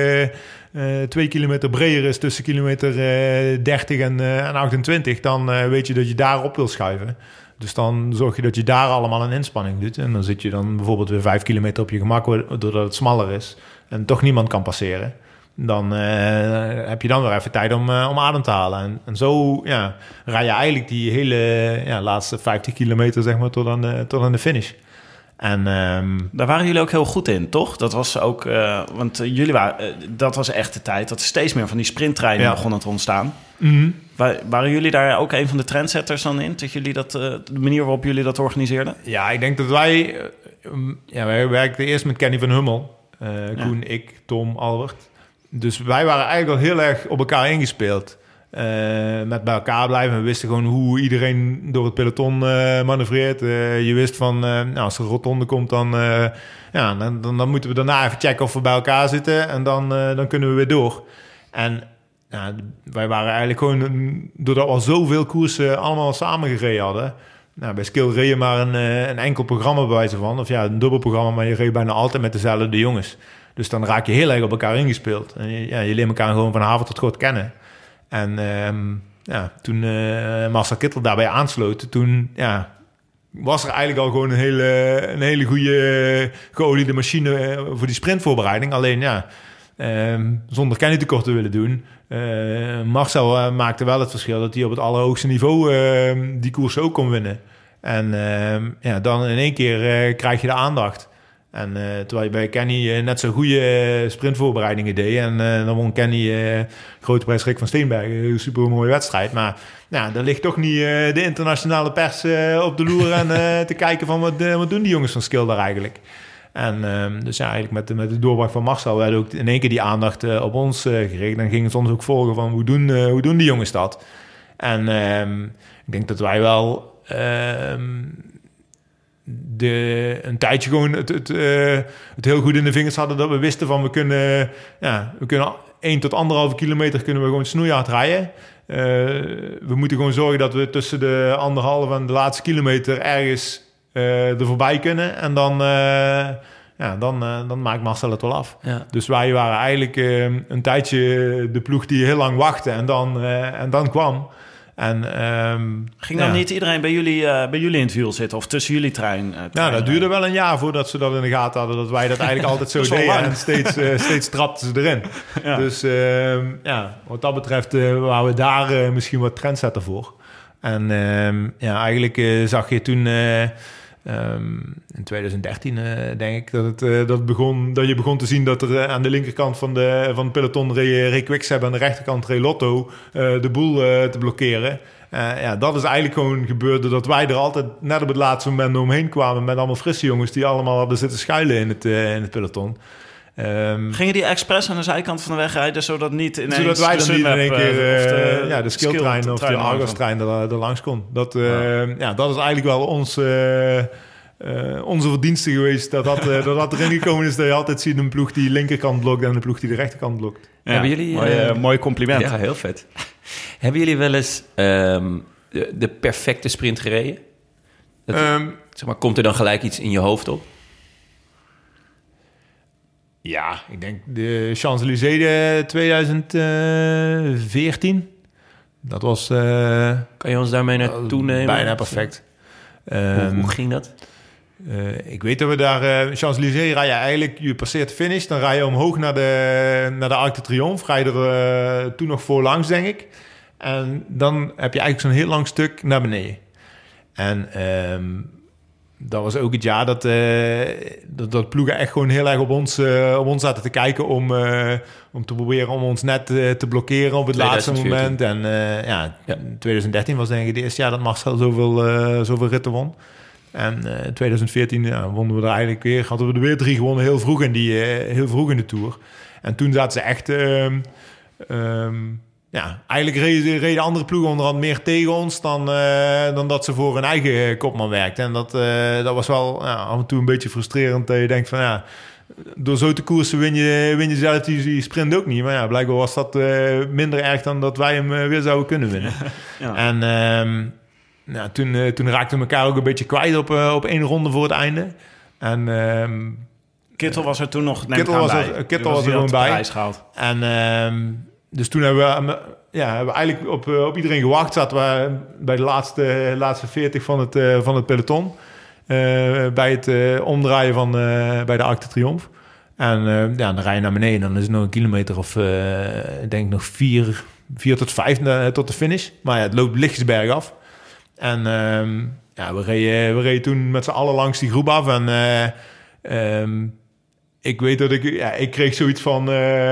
2 kilometer breder is tussen kilometer 30 en 28... dan weet je dat je daarop wil schuiven. Dus dan zorg je dat je daar allemaal een inspanning doet. En dan zit je dan bijvoorbeeld weer 5 kilometer op je gemak, doordat het smaller is en toch niemand kan passeren. Dan heb je dan weer even tijd om adem te halen. En zo rij je eigenlijk die hele laatste 50 kilometer zeg maar, tot aan de finish. En daar waren jullie ook heel goed in, toch? Dat was ook, want jullie dat was echt de tijd dat er steeds meer van die sprinttreinen begonnen te ontstaan. Mm-hmm. Waren jullie daar ook een van de trendsetters dan in? Dat jullie de manier waarop jullie dat organiseerden? Ja, ik denk dat wij werkten eerst met Kenny van Hummel. Koen, ik, Tom, Albert. Dus wij waren eigenlijk al heel erg op elkaar ingespeeld. Met bij elkaar blijven. We wisten gewoon hoe iedereen door het peloton manoeuvreert. Je wist van, als er een rotonde komt, dan moeten we daarna even checken of we bij elkaar zitten. En dan kunnen we weer door. En wij waren eigenlijk gewoon, doordat we al zoveel koersen allemaal samen gereden hadden. Bij Skill reed je maar een enkel programma bij wijze van. Of een dubbel programma, maar je reed bijna altijd met dezelfde jongens. Dus dan raak je heel erg op elkaar ingespeeld. En je leert elkaar gewoon van haven tot gort kennen. En toen Marcel Kittel daarbij aansloot, toen was er eigenlijk al gewoon een hele goede geoliede machine voor die sprintvoorbereiding. Alleen zonder Kenny tekort te willen doen. Marcel maakte wel het verschil dat hij op het allerhoogste niveau die koers ook kon winnen. En dan in één keer krijg je de aandacht. En terwijl je bij Kenny net zo'n goede sprintvoorbereidingen deed. En dan won Kenny Grote Prijs Rick van Steenbergen. Een super mooie wedstrijd. Maar daar ligt toch niet de internationale pers op de loer. En te kijken van wat doen die jongens van Skill daar eigenlijk. En dus eigenlijk met de doorbraak van Marcel werd ook in één keer die aandacht op ons gericht. En gingen ze ons ook volgen van hoe doen die jongens dat. En ik denk dat wij wel een tijdje gewoon het heel goed in de vingers hadden, dat we wisten van we kunnen 1 tot 1,5 kilometer kunnen we gewoon snoeihard rijden. We moeten gewoon zorgen dat we tussen de 1,5 en de laatste kilometer ergens er voorbij kunnen. En dan maakt Marcel het wel af. Ja. Dus wij waren eigenlijk een tijdje de ploeg die heel lang wachtte en dan kwam. En, ging dan niet iedereen bij jullie in het wiel zitten of tussen jullie trein? Dat duurde wel een jaar voordat ze dat in de gaten hadden, dat wij dat eigenlijk altijd zo deden. En steeds trapten ze erin. Ja. Dus wat dat betreft waren we daar misschien wat trendsetter voor. En eigenlijk zag je toen in 2013 denk ik dat je begon te zien dat er aan de linkerkant van het peloton reed Quickstep en aan de rechterkant reed Lotto de boel te blokkeren. Dat is eigenlijk gewoon gebeurd doordat wij er altijd net op het laatste moment omheen kwamen met allemaal frisse jongens die allemaal hadden zitten schuilen in het peloton. Gingen die expres aan de zijkant van de weg rijden, zodat niet ineens zodat wij dan niet in één keer de Skill-trein of de Argos-trein er langs kon. Dat is eigenlijk wel onze verdienste geweest, dat erin gekomen is dat je altijd ziet een ploeg die linkerkant blokt en een ploeg die de rechterkant blokt. Ja. Hebben jullie, mooi compliment. Ja, heel vet. Hebben jullie wel eens de perfecte sprint gereden? Komt er dan gelijk iets in je hoofd op? Ja, ik denk de Champs-Élysées 2014. Dat was... kan je ons daarmee naartoe nemen? Bijna perfect. Hoe ging dat? Ik weet dat we daar... Champs-Élysées rij je eigenlijk... Je passeert de finish, dan rij je omhoog naar de Arc de Triomphe. Rij je er toen nog voorlangs, denk ik. En dan heb je eigenlijk zo'n heel lang stuk naar beneden. En... dat was ook het jaar dat ploegen echt gewoon heel erg op ons zaten te kijken om te proberen om ons net te blokkeren op het 2014. Laatste moment. En 2013 was denk ik het eerste jaar dat Marcel zoveel ritten won. En 2014 wonnen we er eigenlijk weer, hadden we er weer 3 gewonnen heel vroeg in de Tour. En toen zaten ze echt... eigenlijk reden andere ploegen onderhand meer tegen ons dan dat ze voor hun eigen kopman werkten. En dat was wel af en toe een beetje frustrerend. Dat je denkt van door zo te koersen win je zelf die sprint ook niet. Maar blijkbaar was dat minder erg dan dat wij hem weer zouden kunnen winnen. Ja. En Nou, toen raakten we elkaar ook een beetje kwijt op 1 ronde voor het einde. En Kittel was er toen nog Kittel was er gewoon bij. En dus toen hebben we eigenlijk op iedereen gewacht. Zaten we bij de laatste 40 van het peloton. Bij het omdraaien bij de Arc de Triomphe. En dan rij je naar beneden. Dan is het nog een kilometer of ik denk nog 4 tot 5 tot de finish. Maar ja, het loopt lichtjes bergaf. En we reden toen met z'n allen langs die groep af. En ik weet dat ik kreeg zoiets van...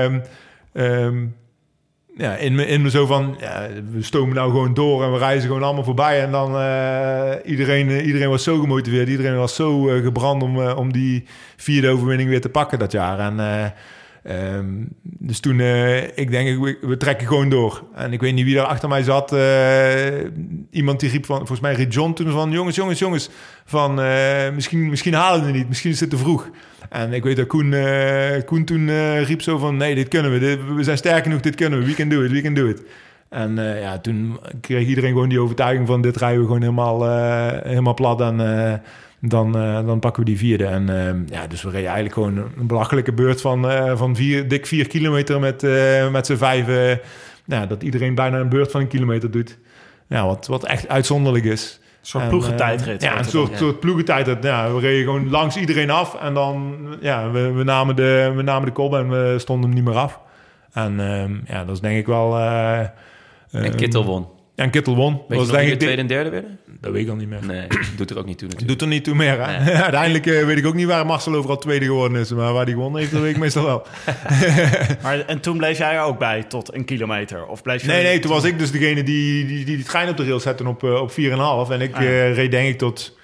in me zo van... Ja, we stomen nou gewoon door en we reizen gewoon allemaal voorbij. En dan iedereen was zo gemotiveerd. Iedereen was zo gebrand om die 4e overwinning weer te pakken dat jaar. En dus toen, ik denk, we trekken gewoon door. En ik weet niet wie daar achter mij zat. Iemand die riep volgens mij riep John toen van... Jongens, van misschien halen we het niet. Misschien is het te vroeg. En ik weet dat Koen toen riep zo van... Nee, dit kunnen we. We zijn sterk genoeg, dit kunnen we. We can do it. En toen kreeg iedereen gewoon die overtuiging van... Dit rijden we gewoon helemaal plat en... Dan pakken we die 4e. En dus we reden eigenlijk gewoon een belachelijke beurt van dik 4 kilometer met z'n 5. Dat iedereen bijna een beurt van 1 kilometer doet. Ja, wat echt uitzonderlijk is. Een soort ploegentijdrit. Een soort ploegentijdrit. Ja, we reden gewoon langs iedereen af. En dan, we namen de kop en we stonden hem niet meer af. En dat is denk ik wel... en Kittel won. Ja, en Kittel won. Weet je nog wie de tweede en derde werden? Dat weet ik al niet meer. Nee, doet er ook niet toe natuurlijk. Doet er niet toe meer, hè? Nee. Uiteindelijk weet ik ook niet waar Marcel overal tweede geworden is. Maar waar die gewonnen heeft, dat weet ik meestal wel. En toen bleef jij er ook bij tot 1 kilometer? Of bleef je nee, toen was ik dus degene die trein op de rails zette op 4,5. En ik reed denk ik tot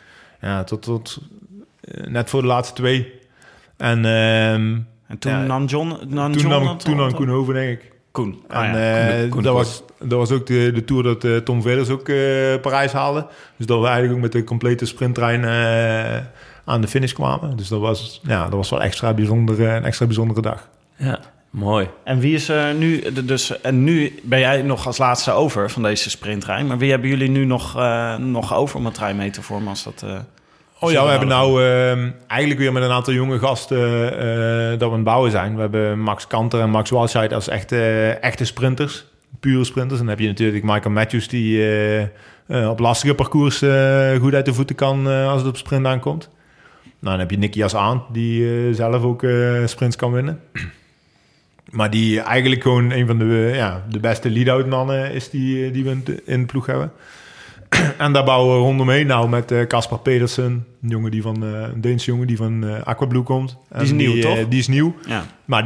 net voor de laatste 2. En toen nam John... Toen nam Koen over, denk ik. Koen. Koen. Dat was ook de Tour dat Tom Velers ook Parijs haalde. Dus dat we eigenlijk ook met de complete sprintrein aan de finish kwamen. Dus dat was wel een extra bijzondere dag. Ja, mooi. En wie is er nu... En nu ben jij nog als laatste over van deze sprinttrein. Maar wie hebben jullie nu nog over om een trein mee te vormen als dat... we hebben nou eigenlijk weer met een aantal jonge gasten dat we aan het bouwen zijn. We hebben Max Kanter en Max Walscheid als echte sprinters. Pure sprinters. En dan heb je natuurlijk Michael Matthews die op lastige parcours goed uit de voeten kan als het op sprint aankomt. Nou, dan heb je Nicky Asaan die zelf ook sprints kan winnen. Maar die eigenlijk gewoon een van de beste lead-out mannen is die we in de ploeg hebben. En daar bouwen we rondomheen nou met Kasper Pedersen, een Deense jongen die van Aquablue komt. Die is nieuw, toch? Die is nieuw. Ja. Maar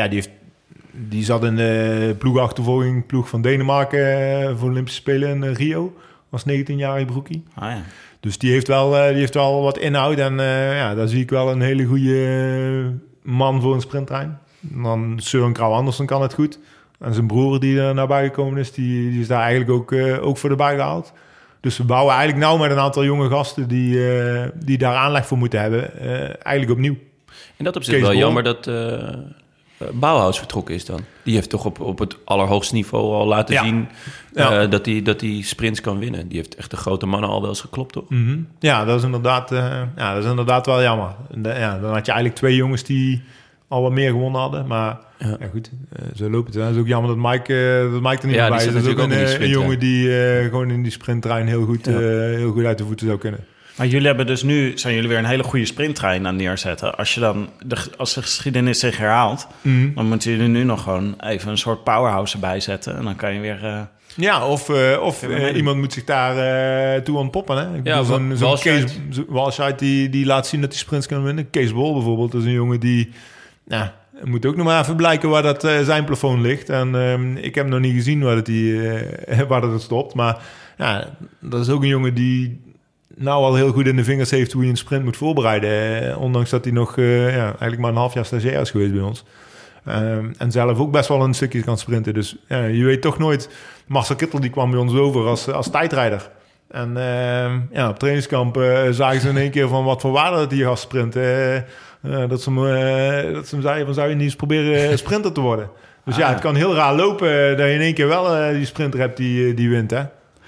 die zat in de ploeg van Denemarken voor de Olympische Spelen in Rio. Was 19-jarige broekie. Ah, ja. Dus die heeft wel wat inhoud. En daar zie ik wel een hele goede man voor een sprinttrein. En dan Søren Kragh Andersen kan het goed. En zijn broer die er naar bij gekomen is, die is daar eigenlijk ook voor de bij gehaald. Dus we bouwen eigenlijk nou met een aantal jonge gasten die daar aanleg voor moeten hebben, eigenlijk opnieuw. En dat op zich wel jammer dat Bauhaus vertrokken is dan. Die heeft toch op het allerhoogste niveau al laten zien dat hij sprints kan winnen. Die heeft echt de grote mannen al wel eens geklopt, toch? Mm-hmm. Ja, dat is inderdaad wel jammer. Dan had je eigenlijk 2 jongens die al wat meer gewonnen hadden. Maar goed, zo loopt het. Het is ook jammer dat Mike er niet meer bij is. Dat is ook een jongen die gewoon in die sprinttrein heel goed uit de voeten zou kunnen. Maar jullie hebben dus zijn jullie weer een hele goede sprinttrein aan neerzetten. Als je dan als de geschiedenis zich herhaalt, dan moeten jullie nu nog gewoon even een soort powerhouse erbij zetten. En dan kan je weer... of iemand moet zich daar toe ontpoppen. Hè? Ja, zo'n Walscheid die laat zien dat hij sprints kan winnen. Kees Bol bijvoorbeeld, dat is een jongen die... moet ook nog maar even blijken waar dat zijn plafond ligt. En ik heb nog niet gezien waar dat stopt. Maar dat is ook een jongen die nou al heel goed in de vingers heeft hoe je een sprint moet voorbereiden. Ondanks dat hij nog eigenlijk maar een half jaar stagiair is geweest bij ons. En zelf ook best wel een stukje kan sprinten. Dus je weet toch nooit... Marcel Kittel die kwam bij ons over als tijdrijder. En op trainingskamp zagen ze in één keer van wat voor waarde dat hij gaat sprinten. Dat ze hem zeiden van, zou je niet eens proberen sprinter te worden? Dus het kan heel raar lopen dat je in één keer wel die sprinter hebt die wint, hè? Ja.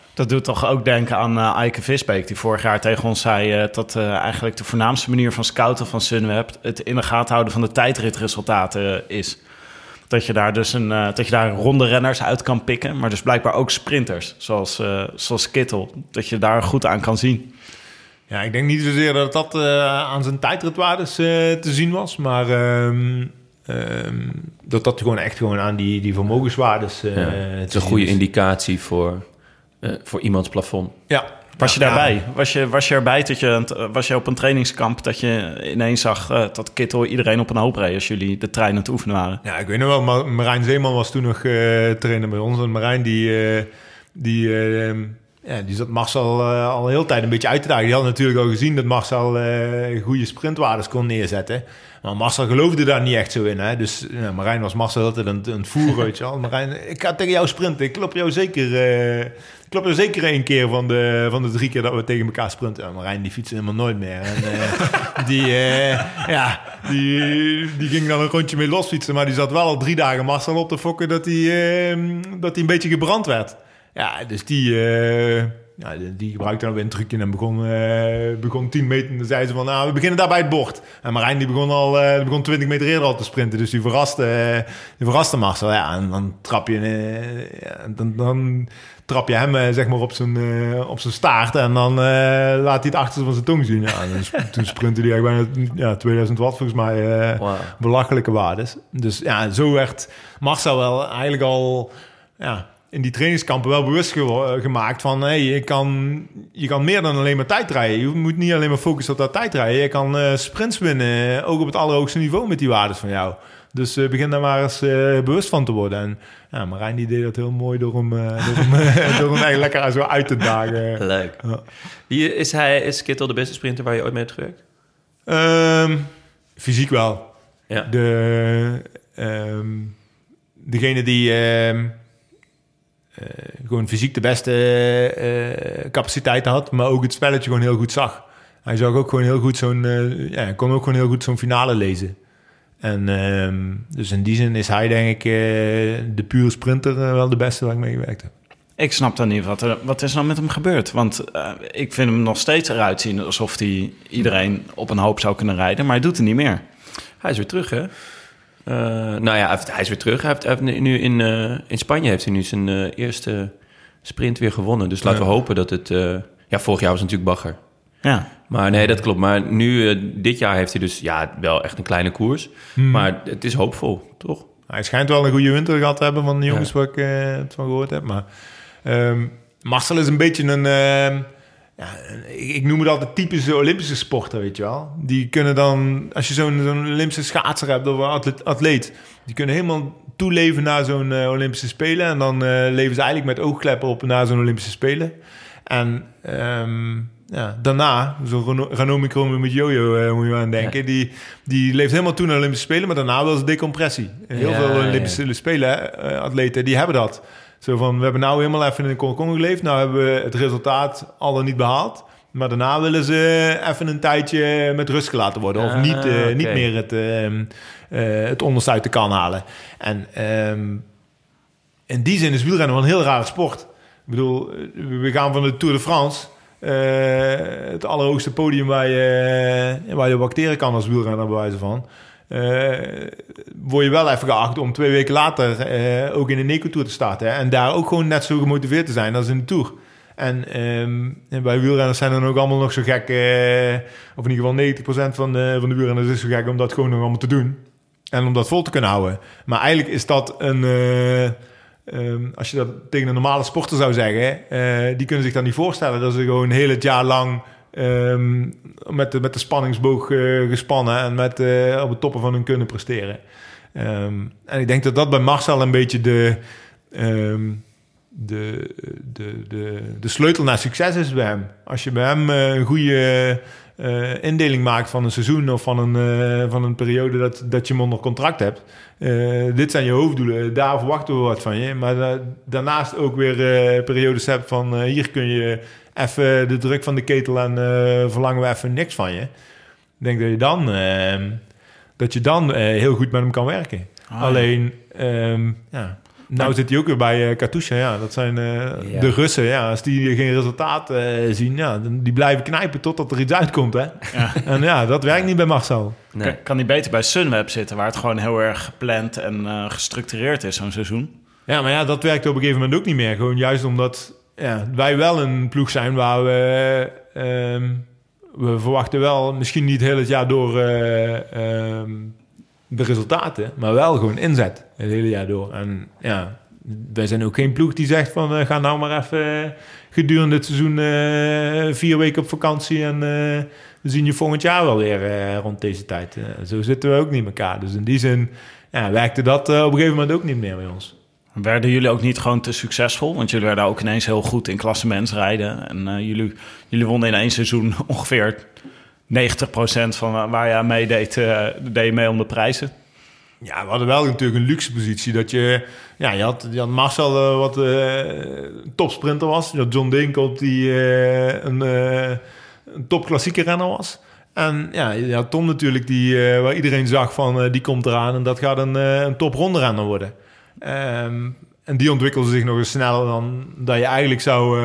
Dat doet toch ook denken aan Eike Visbeek, die vorig jaar tegen ons zei dat eigenlijk de voornaamste manier van scouten van Sunweb het in de gaten houden van de tijdritresultaten is. Dat je daar dus ronde renners uit kan pikken, maar dus blijkbaar ook sprinters, zoals Kittel. Dat je daar goed aan kan zien. Ja, ik denk niet zozeer dat aan zijn tijdritwaardes te zien was, maar dat gewoon echt aan die vermogenswaardes. Het is een goede indicatie voor iemands plafond. Ja. Was je daarbij? Was je erbij was je op een trainingskamp dat je ineens zag dat Kittel iedereen op een hoop reed als jullie de trein aan het oefenen waren? Ja, ik weet nog wel, maar Marijn Zeeman was toen nog trainer bij ons. En Marijn die zat Marcel al de hele tijd een beetje uit te dagen. Die had natuurlijk al gezien dat Marcel goede sprintwaardes kon neerzetten. Maar Marcel geloofde daar niet echt zo in. Hè? Dus Marijn was Marcel altijd aan het voeren. Weet je wel. Marijn, ik ga tegen jou sprinten. Ik klop jou zeker 1 keer van de 3 keer dat we tegen elkaar sprinten. En Marijn die fietste helemaal nooit meer. En, die ging dan een rondje mee losfietsen. Maar die zat wel al 3 dagen Marcel op te fokken dat hij een beetje gebrand werd. Ja, dus die gebruikte dan weer een trucje en begon 10 meter. En dan zei ze van, we beginnen daar bij het bord. En Marijn die begon 20 meter eerder al te sprinten. Dus die verraste Marcel. Ja, en dan trap je hem zeg maar op zijn staart. En dan laat hij het achterste van zijn tong zien. Ja, toen sprintte hij eigenlijk bijna 2000 watt volgens mij. Belachelijke waardes. Dus ja, zo werd Marcel wel eigenlijk al... Ja, in die trainingskampen wel bewust gemaakt van... je kan meer dan alleen maar tijdrijden. Je moet niet alleen maar focussen op dat tijdrijden. Je kan sprints winnen, ook op het allerhoogste niveau met die waardes van jou. Dus begin daar maar eens bewust van te worden. En ja, Marijn die deed dat heel mooi door hem eigenlijk lekker zo uit te dagen. Leuk. Ja. Is Kittel de beste sprinter waar je ooit mee hebt gewerkt? Fysiek wel. Ja. Degene die... gewoon fysiek de beste capaciteiten had, maar ook het spelletje gewoon heel goed zag. Hij zag ook gewoon heel goed kon ook gewoon heel goed zo'n finale lezen. En dus in die zin is hij denk ik de pure sprinter wel de beste waar ik mee gewerkt heb. Ik snap dan niet wat is nou met hem gebeurd. Want ik vind hem nog steeds eruit zien alsof hij iedereen op een hoop zou kunnen rijden, maar hij doet het niet meer. Hij is weer terug, hè? Hij is weer terug. Hij heeft nu in Spanje heeft hij nu zijn eerste sprint weer gewonnen. Dus laten we hopen dat het... vorig jaar was het natuurlijk bagger. Ja. Maar nee, dat klopt. Maar nu, dit jaar heeft hij dus wel echt een kleine koers. Maar het is hoopvol, toch? Hij schijnt wel een goede winter gehad te hebben van de jongens waar ik het van gehoord heb. Maar Marcel is een beetje een... ik noem het altijd typische Olympische sporter, weet je wel. Die kunnen dan, als je zo'n Olympische schaatser hebt of atleet, die kunnen helemaal toeleven naar zo'n Olympische Spelen. En dan leven ze eigenlijk met oogkleppen op naar zo'n Olympische Spelen. En daarna, zo'n Ranomi Kromowidjojo moet je aan denken, die leeft helemaal toe naar de Olympische Spelen, maar daarna wel eens decompressie. Heel veel Olympische Spelen atleten, die hebben dat. Zo van, we hebben nou helemaal even in de kokon geleefd. Nou hebben we het resultaat al dan niet behaald. Maar daarna willen ze even een tijdje met rust gelaten worden. Of niet meer het onderste uit de kan halen. En in die zin is wielrennen wel een heel rare sport. Ik bedoel, we gaan van de Tour de France... het allerhoogste podium waar je acteren kan als wielrenner, bij wijze van... word je wel even geacht om 2 weken later ook in de Eco-Tour te starten. Hè? En daar ook gewoon net zo gemotiveerd te zijn als in de Tour. En bij wielrenners zijn dan ook allemaal nog zo gek... of in ieder geval 90% van de wielrenners is zo gek om dat gewoon nog allemaal te doen. En om dat vol te kunnen houden. Maar eigenlijk is dat een... als je dat tegen een normale sporter zou zeggen... die kunnen zich dan niet voorstellen dat ze gewoon heel het jaar lang... met de spanningsboog gespannen en op het toppen van hun kunnen presteren. En ik denk dat bij Marcel een beetje de sleutel naar succes is bij hem. Als je bij hem een goede indeling maakt van een seizoen of van een periode dat je hem onder contract hebt. Dit zijn je hoofddoelen, daar verwachten we wat van je. Maar daarnaast ook weer periodes hebt van hier kun je even de druk van de ketel en verlangen we even niks van je. Ik denk dat je dan heel goed met hem kan werken. Alleen, Nou zit hij ook weer bij Katusha. Ja, dat zijn de Russen. Ja, als die geen resultaat zien, die blijven knijpen totdat er iets uitkomt. Hè? Ja. En dat werkt niet bij Marcel. Nee. Kan hij beter bij Sunweb zitten, waar het gewoon heel erg gepland en gestructureerd is, zo'n seizoen? Ja, maar dat werkt op een gegeven moment ook niet meer. Gewoon juist omdat wij wel een ploeg zijn waar we verwachten wel misschien niet heel het jaar door de resultaten, maar wel gewoon inzet het hele jaar door. En wij zijn ook geen ploeg die zegt van ga nou maar even gedurende het seizoen 4 weken op vakantie en we zien je volgend jaar wel weer rond deze tijd. Zo zitten we ook niet in elkaar. Dus in die zin werkte dat op een gegeven moment ook niet meer bij ons. Werden jullie ook niet gewoon te succesvol? Want jullie werden ook ineens heel goed in klassementsrijden. En jullie wonnen in 1 seizoen ongeveer 90% van waar je aan meedeed, deed je mee om de prijzen. Ja, we hadden wel natuurlijk een luxe positie. Dat je had Marcel wat topsprinter was. Je had John Dinkel die een topklassieke renner was. En je had Tom natuurlijk waar iedereen zag van die komt eraan. En dat gaat een topronde renner worden. En die ontwikkelde zich nog eens sneller dan dat je eigenlijk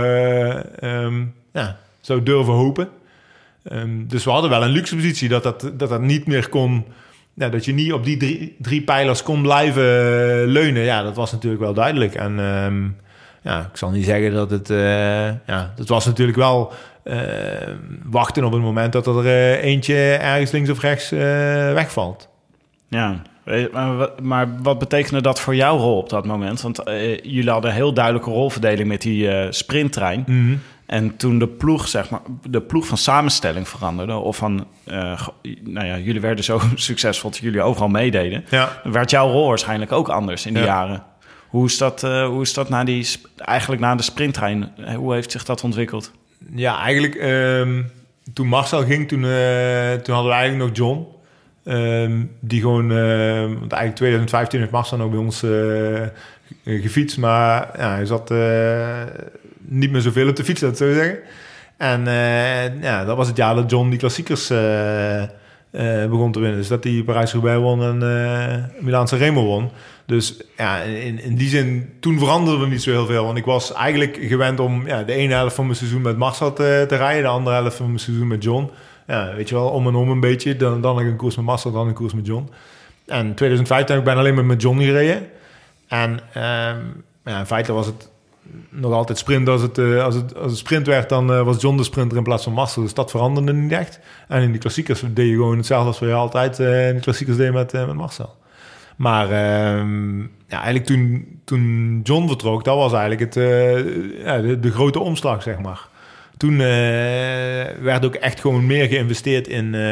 zou durven hopen. Dus we hadden wel een luxe positie dat niet meer kon. Ja, dat je niet op die drie pijlers kon blijven leunen. Ja, dat was natuurlijk wel duidelijk. En ik zal niet zeggen dat het. Het was natuurlijk wel wachten op het moment dat er eentje ergens links of rechts wegvalt. Ja. Maar wat betekende dat voor jouw rol op dat moment? Want jullie hadden een heel duidelijke rolverdeling met die sprinttrein. Mm-hmm. En toen de ploeg van samenstelling veranderde, of van, jullie werden zo succesvol dat jullie overal meededen, werd jouw rol waarschijnlijk ook anders in die jaren. Hoe is dat na de sprinttrein? Hoe heeft zich dat ontwikkeld? Ja, eigenlijk toen Marcel ging, toen hadden we eigenlijk nog John. Die gewoon, want eigenlijk 2015 heeft Marcel ook bij ons gefietst, maar hij zat niet meer zoveel op de fiets, dat zou ik zeggen. En dat was het jaar dat John die klassiekers begon te winnen. Dus dat hij Parijs-Roubaix won en Milaan-San Remo won. Dus in die zin, toen veranderde er niet zo heel veel. Want ik was eigenlijk gewend om de ene helft van mijn seizoen met Marcel te rijden, de andere helft van mijn seizoen met John. Ja, weet je wel, om en om een beetje. Dan een koers met Marcel, dan een koers met John. En 2015 heb ik bijna alleen maar met John gereden. En in feite was het nog altijd sprint. Als het sprint werd, dan was John de sprinter in plaats van Marcel. Dus dat veranderde niet echt. En in die klassiekers deed je gewoon hetzelfde als we altijd in de klassiekers deden met Marcel. Maar eigenlijk toen John vertrok, dat was eigenlijk de grote omslag, zeg maar. Toen werd ook echt gewoon meer geïnvesteerd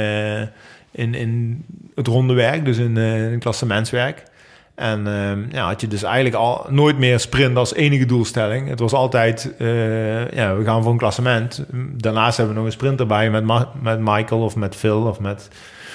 in het ronde werk, dus in klassementswerk. En had je dus eigenlijk al nooit meer sprint als enige doelstelling. Het was altijd, we gaan voor een klassement. Daarnaast hebben we nog een sprint erbij met Michael of met Phil of met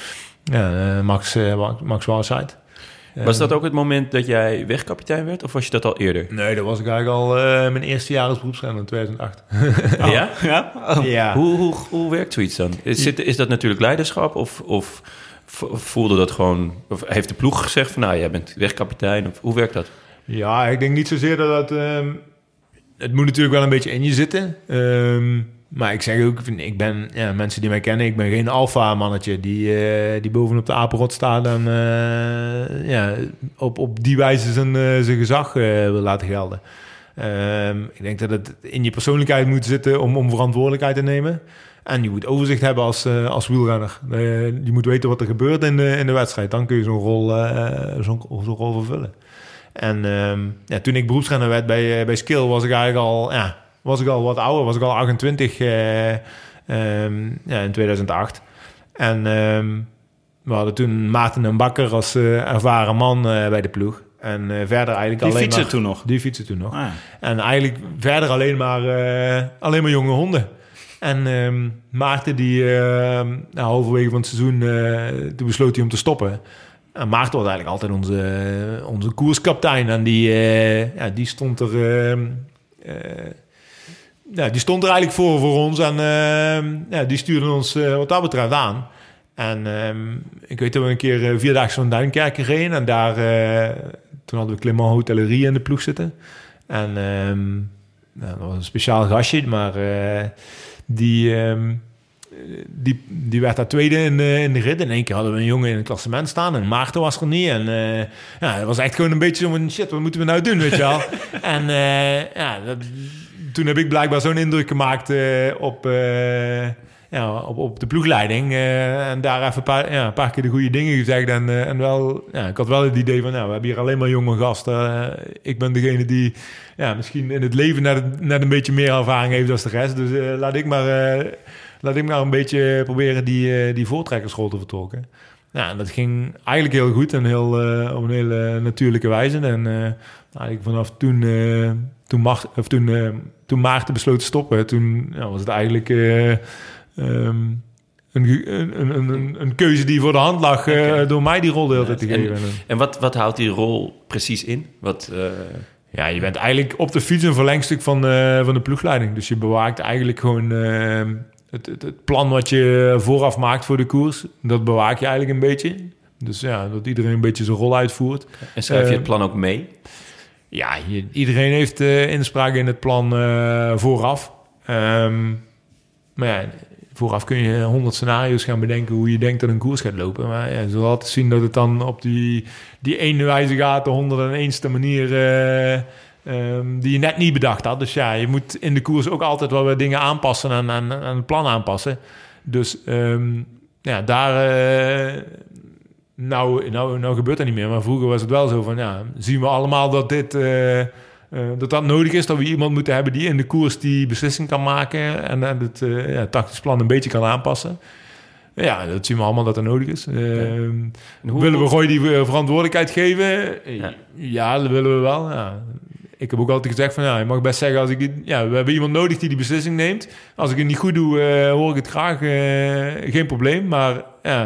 Max Walscheid. Was dat ook het moment dat jij wegkapitein werd? Of was je dat al eerder? Nee, dat was ik eigenlijk al mijn eerste jaar als beroepsrenner in 2008. Oh. Ja? Ja? Oh. Ja. Hoe werkt zoiets dan? Is dat natuurlijk leiderschap? Of voelde dat gewoon... Of heeft de ploeg gezegd van... jij bent wegkapitein? Of hoe werkt dat? Ja, ik denk niet zozeer dat het moet natuurlijk wel een beetje in je zitten. Maar ik zeg ook, ik ben, mensen die mij kennen, ik ben geen alfa-mannetje die bovenop de apenrot staat en op die wijze zijn gezag wil laten gelden. Ik denk dat het in je persoonlijkheid moet zitten om verantwoordelijkheid te nemen. En je moet overzicht hebben als wielrenner. Je moet weten wat er gebeurt in de wedstrijd. Dan kun je zo'n rol vervullen. En toen ik beroepsrenner werd bij Skill was ik eigenlijk al wat ouder, was ik al 28 in 2008. En we hadden toen Maarten en Bakker als ervaren man bij de ploeg. En verder eigenlijk Die fietsen toen nog. Ah. En eigenlijk verder alleen maar jonge honden. En Maarten die halverwege van het seizoen toen besloot hij om te stoppen. En Maarten was eigenlijk altijd onze koerskaptein. En die stond er... die stond er eigenlijk voor ons en die stuurde ons wat dat betreft aan. En ik weet dat we een keer 4 dagen van Duinkerke reden en daar toen hadden we Clément Hotellerie in de ploeg zitten. En dat was een speciaal gastje, maar die werd daar tweede in de rit. In één keer hadden we een jongen in het klassement staan en Maarten was er niet. En het was echt gewoon een beetje zo van, shit, wat moeten we nou doen, weet je wel? En toen heb ik blijkbaar zo'n indruk gemaakt op de ploegleiding. En daar even een paar keer de goede dingen gezegd. En wel, ik had wel het idee van, we hebben hier alleen maar jonge gasten. Ik ben degene die misschien in het leven net een beetje meer ervaring heeft dan de rest. Dus laat ik maar een beetje proberen die voortrekkersrol te vertolken. Ja, en dat ging eigenlijk heel goed en op een hele natuurlijke wijze. En eigenlijk vanaf toen Maarten besloot te stoppen, toen was het eigenlijk een keuze die voor de hand lag door mij die rol de hele tijd te geven. En wat houdt die rol precies in? Je bent eigenlijk op de fiets een verlengstuk van de ploegleiding. Dus je bewaakt eigenlijk gewoon het plan wat je vooraf maakt voor de koers. Dat bewaak je eigenlijk een beetje. Dus dat iedereen een beetje zijn rol uitvoert. En schrijf je het plan ook mee? Ja, iedereen heeft inspraak in het plan vooraf. Maar vooraf kun je 100 scenario's gaan bedenken hoe je denkt dat een koers gaat lopen. Maar je zult altijd zien dat het dan op die ene wijze gaat, de 101ste manier die je net niet bedacht had. Dus je moet in de koers ook altijd wel weer dingen aanpassen en aan het plan aanpassen. Dus daar... Nou gebeurt dat niet meer, maar vroeger was het wel zo van, zien we allemaal dat dat nodig is, dat we iemand moeten hebben die in de koers die beslissing kan maken en het tactisch plan een beetje kan aanpassen. Ja, dat zien we allemaal dat er nodig is. Willen we Roy die verantwoordelijkheid geven? Ja, dat willen we wel. Ja. Ik heb ook altijd gezegd van, je mag best zeggen, we hebben iemand nodig die beslissing neemt. Als ik het niet goed doe, hoor ik het graag. Geen probleem, maar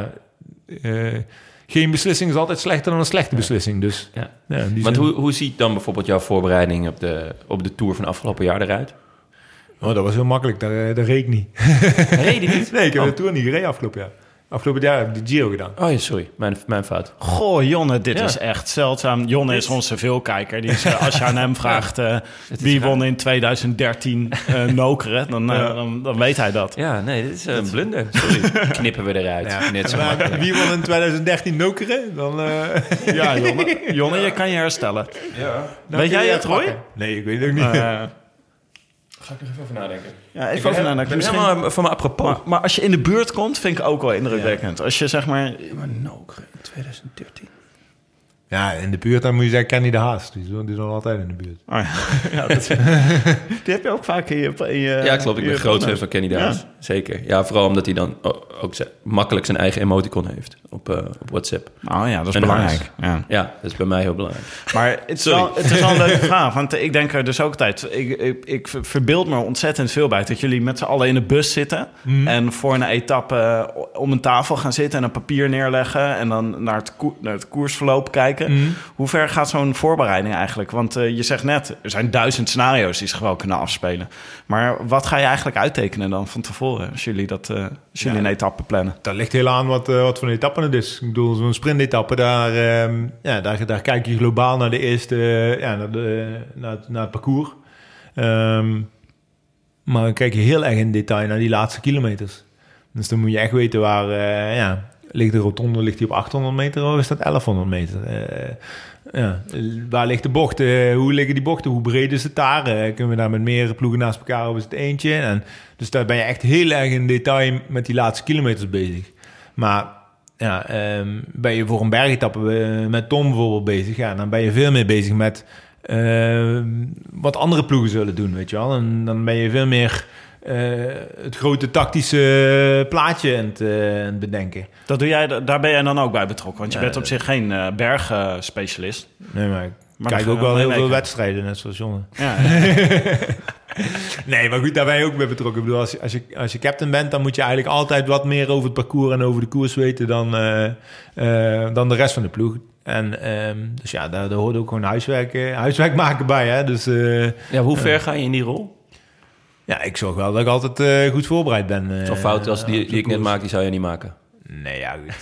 geen beslissing is altijd slechter dan een slechte beslissing. Dus, Want hoe ziet dan bijvoorbeeld jouw voorbereiding op de Tour van afgelopen jaar eruit? Oh, dat was heel makkelijk. Dat reed ik niet. Reed je niet? Nee, ik heb de Tour niet gereden afgelopen jaar. Afgelopen jaar heb ik de Giro gedaan. Oh ja, sorry. Mijn fout. Goh, Jonne, dit is echt zeldzaam. Jonne is onze veelkijker. Die is, als je aan hem vraagt wie won in 2013 Nokeren, dan weet hij dat. Ja, nee, dit is een blunder. Sorry. Knippen we eruit. Ja. Net zo maar wie won in 2013 Nokeren? Dan, Ja, Jonne, je kan je herstellen. Ja. Weet jij het, Roy? Nee, ik weet het ook niet. Ga ik nog even over nadenken. Ja, even over nadenken. Helemaal van me apropos. Maar als je in de buurt komt, vind ik ook wel indrukwekkend. Als je zeg maar... Maar Nokeren in 2013. Ja, in de buurt, dan moet je zeggen Kenny de Haas. Die is al altijd in de buurt. Oh, ja, die heb je ook vaak in je ja, klopt. Ik ben groot fan van Kenny de Haas. Ja. Zeker. Ja, vooral omdat hij dan ook makkelijk zijn eigen emoticon heeft op WhatsApp. Oh ja, dat is belangrijk. Ja, dat is bij mij heel belangrijk. Maar het is wel een leuke vraag. Want ik denk er dus ook altijd... Ik verbeeld me ontzettend veel bij... dat jullie met z'n allen in de bus zitten... en voor een etappe om een tafel gaan zitten... en een papier neerleggen... en dan naar het koersverloop kijken. Hoe ver gaat zo'n voorbereiding eigenlijk? Want je zegt net, er zijn 1000 scenario's die zich wel kunnen afspelen. Maar wat ga je eigenlijk uittekenen dan van tevoren als jullie een etappe plannen? Dat ligt heel aan wat voor een etappe het is. Ik bedoel, zo'n sprintetappe, daar kijk je globaal naar de eerste, naar het parcours. Maar dan kijk je heel erg in detail naar die laatste kilometers. Dus dan moet je echt weten waar... ligt de rotonde, ligt die op 800 meter of is dat 1100 meter? Waar ligt de bocht? Hoe liggen die bochten? Hoe breed is het daar? Kunnen we daar met meerdere ploegen naast elkaar of is het eentje? En dus daar ben je echt heel erg in detail met die laatste kilometers bezig. Maar ben je voor een bergetappe met Tom bijvoorbeeld bezig? Ja, dan ben je veel meer bezig met wat andere ploegen zullen doen, weet je wel? En dan ben je veel meer... het grote tactische plaatje aan het bedenken. Dat doe jij, daar ben jij dan ook bij betrokken? Want je bent op zich geen bergspecialist. Nee, maar ik kijk ook wel heel veel wedstrijden, net zoals Jonne. Ja. Nee, maar goed, daar ben je ook bij betrokken. Ik bedoel, als je captain bent, dan moet je eigenlijk altijd wat meer over het parcours en over de koers weten dan de rest van de ploeg. En dus ja, daar hoort ook gewoon huiswerk maken bij. Hè? Dus, hoe ver ga je in die rol? Ja, ik zorg wel dat ik altijd goed voorbereid ben. Zo'n fout als die ik net maak, die zou je niet maken? Nee, ja, goed.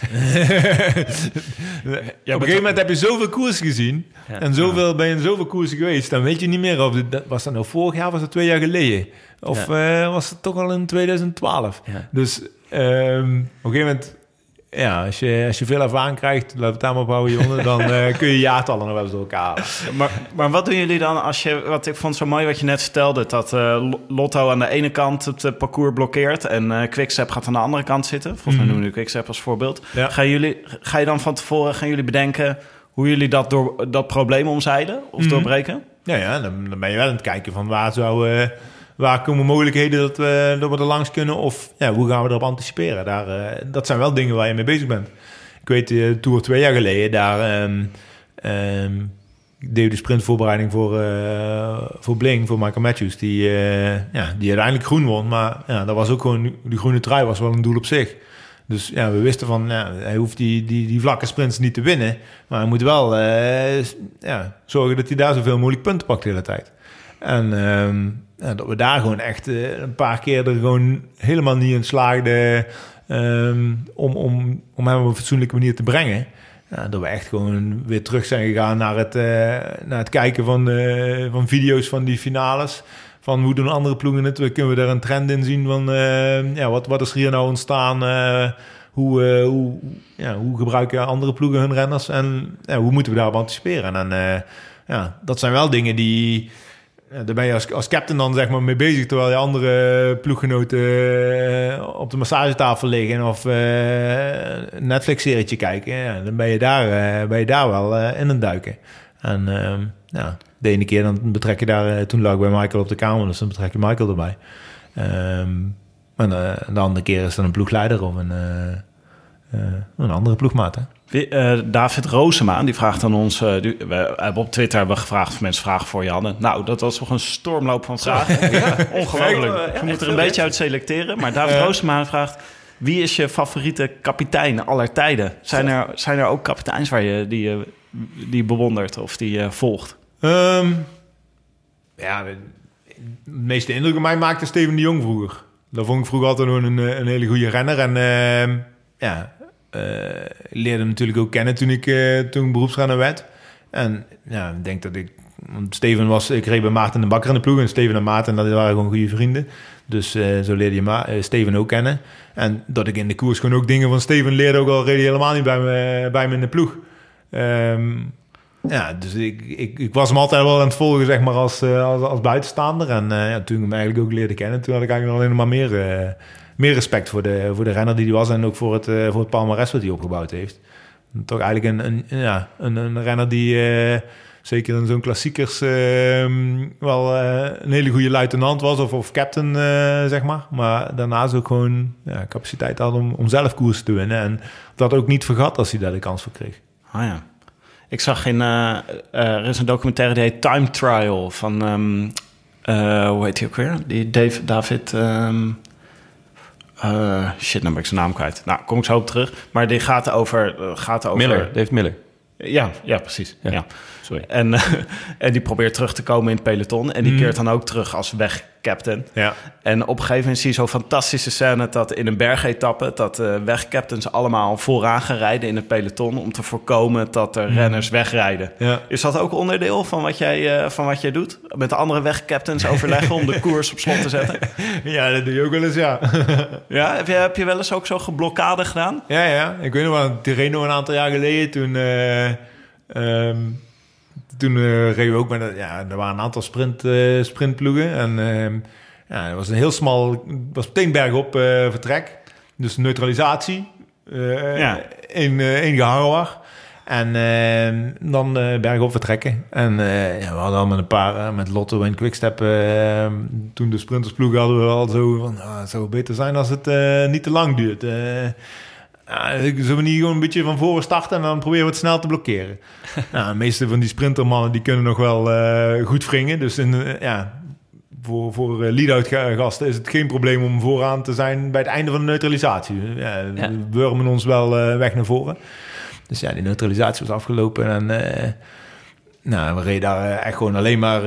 Op een gegeven moment heb je zoveel koersen gezien. Ja. En ben je in zoveel koersen geweest. Dan weet je niet meer of was dat nou vorig jaar of was dat 2 jaar geleden? Of was het toch al in 2012? Ja. Dus op een gegeven moment... Ja, als je veel ervaring krijgt, laten we het daar maar op houden, jongen, dan kun je jaartallen nog wel eens door elkaar halen. Maar wat doen jullie dan wat ik vond zo mooi wat je net vertelde, dat Lotto aan de ene kant het parcours blokkeert en Quickstep gaat aan de andere kant zitten. Volgens mij noemen we Quickstep als voorbeeld. Ja. Ga je dan van tevoren bedenken hoe jullie dat probleem omzeilen of doorbreken? Ja, dan ben je wel aan het kijken van waar komen mogelijkheden dat we er langs kunnen? Of hoe gaan we erop anticiperen? Dat zijn wel dingen waar je mee bezig bent. Ik weet, de Tour 2 jaar geleden, daar deed de sprintvoorbereiding voor Bling, voor Michael Matthews, die uiteindelijk groen won. Maar dat was ook gewoon, die groene trui was wel een doel op zich. Dus we wisten van, hij hoeft die vlakke sprints niet te winnen. Maar hij moet wel zorgen dat hij daar zoveel mogelijk punten pakt de hele tijd. En dat we daar gewoon echt een paar keer er gewoon helemaal niet in slaagden om hem op een fatsoenlijke manier te brengen. Dat we echt gewoon weer terug zijn gegaan naar het kijken van video's van die finales. Van hoe doen andere ploegen het? Kunnen we daar een trend in zien van wat is er hier nou ontstaan? Hoe gebruiken andere ploegen hun renners? En hoe moeten we daarop anticiperen? En dat zijn wel dingen die... daar ben je als captain dan zeg maar mee bezig, terwijl je andere ploeggenoten op de massagetafel liggen of een Netflix-serietje kijken. Ja, dan ben je daar wel in aan het duiken. En de ene keer dan betrek je daar, toen lag ik bij Michael op de kamer, dus dan betrek je Michael erbij. En de andere keer is dan een ploegleider of een andere ploegmaat. Hè? David Roosema, die vraagt aan ons... we hebben op Twitter gevraagd of mensen vragen voor je hadden. Nou, dat was toch een stormloop van vragen. Ja, ongelooflijk. Je moet er een beetje uit selecteren. Maar David Roosema vraagt... Wie is je favoriete kapitein aller tijden? Zijn er ook kapiteins waar je die bewondert of die volgt? De meeste indruk op mij maakte Steven de Jong vroeger. Dat vond ik vroeger altijd gewoon een hele goede renner. En leerde hem natuurlijk ook kennen toen ik beroepsrenner werd. En ik denk dat want ik reed bij Maarten de Bakker in de ploeg. En Steven en Maarten, dat waren gewoon goede vrienden. Dus zo leerde je Steven ook kennen. En dat ik in de koers gewoon ook dingen van Steven leerde, ook al reed hij helemaal niet bij me in de ploeg. Dus ik was hem altijd wel aan het volgen, zeg maar, als buitenstaander. En toen ik hem eigenlijk ook leerde kennen, toen had ik eigenlijk alleen maar meer respect voor de renner die hij was en ook voor het palmares wat hij opgebouwd heeft. Toch eigenlijk een renner die zeker in zo'n klassiekers wel een hele goede luitenant was of captain, zeg maar. Maar daarnaast ook gewoon capaciteit had om zelf koers te winnen. En dat ook niet vergat als hij daar de kans voor kreeg. Ah ja. Ik zag er is een documentaire die heet Time Trial van, hoe heet hij ook weer? Die David... nou ben ik zijn naam kwijt. Nou, kom ik zo op terug. Maar die gaat over... David Miller. Ja, precies. Ja. Sorry. En die probeert terug te komen in het peloton. En die keert dan ook terug als wegcaptain. Ja. En op een gegeven moment zie je zo'n fantastische scène... dat in een bergetappe... dat wegcaptains allemaal vooraan gaan rijden in het peloton... om te voorkomen dat er renners wegrijden. Ja. Is dat ook onderdeel van wat jij doet? Met de andere wegcaptains overleggen... om de koers op slot te zetten? Ja, dat doe je ook wel eens, ja. Ja, heb je wel eens ook zo'n geblokkade gedaan? Ja. Ik weet nog wel, Tirreno een aantal jaar geleden... Toen reden we ook met... er waren een aantal sprintploegen. En het was een heel smal... was meteen bergop vertrek. Dus neutralisatie. Eén geharrewar. En dan bergop vertrekken. En we hadden al met een paar... met Lotto en Quickstep... toen de sprintersploegen hadden we al zo van... het zou beter zijn als het niet te lang duurt. Zullen we niet gewoon een beetje van voren starten... en dan proberen we het snel te blokkeren. De meeste van die sprintermannen... die kunnen nog wel goed wringen. Dus voor lead-out gasten is het geen probleem... om vooraan te zijn bij het einde van de neutralisatie. We wurmen ons wel weg naar voren. Dus die neutralisatie was afgelopen. En Nou, we reden daar echt gewoon alleen maar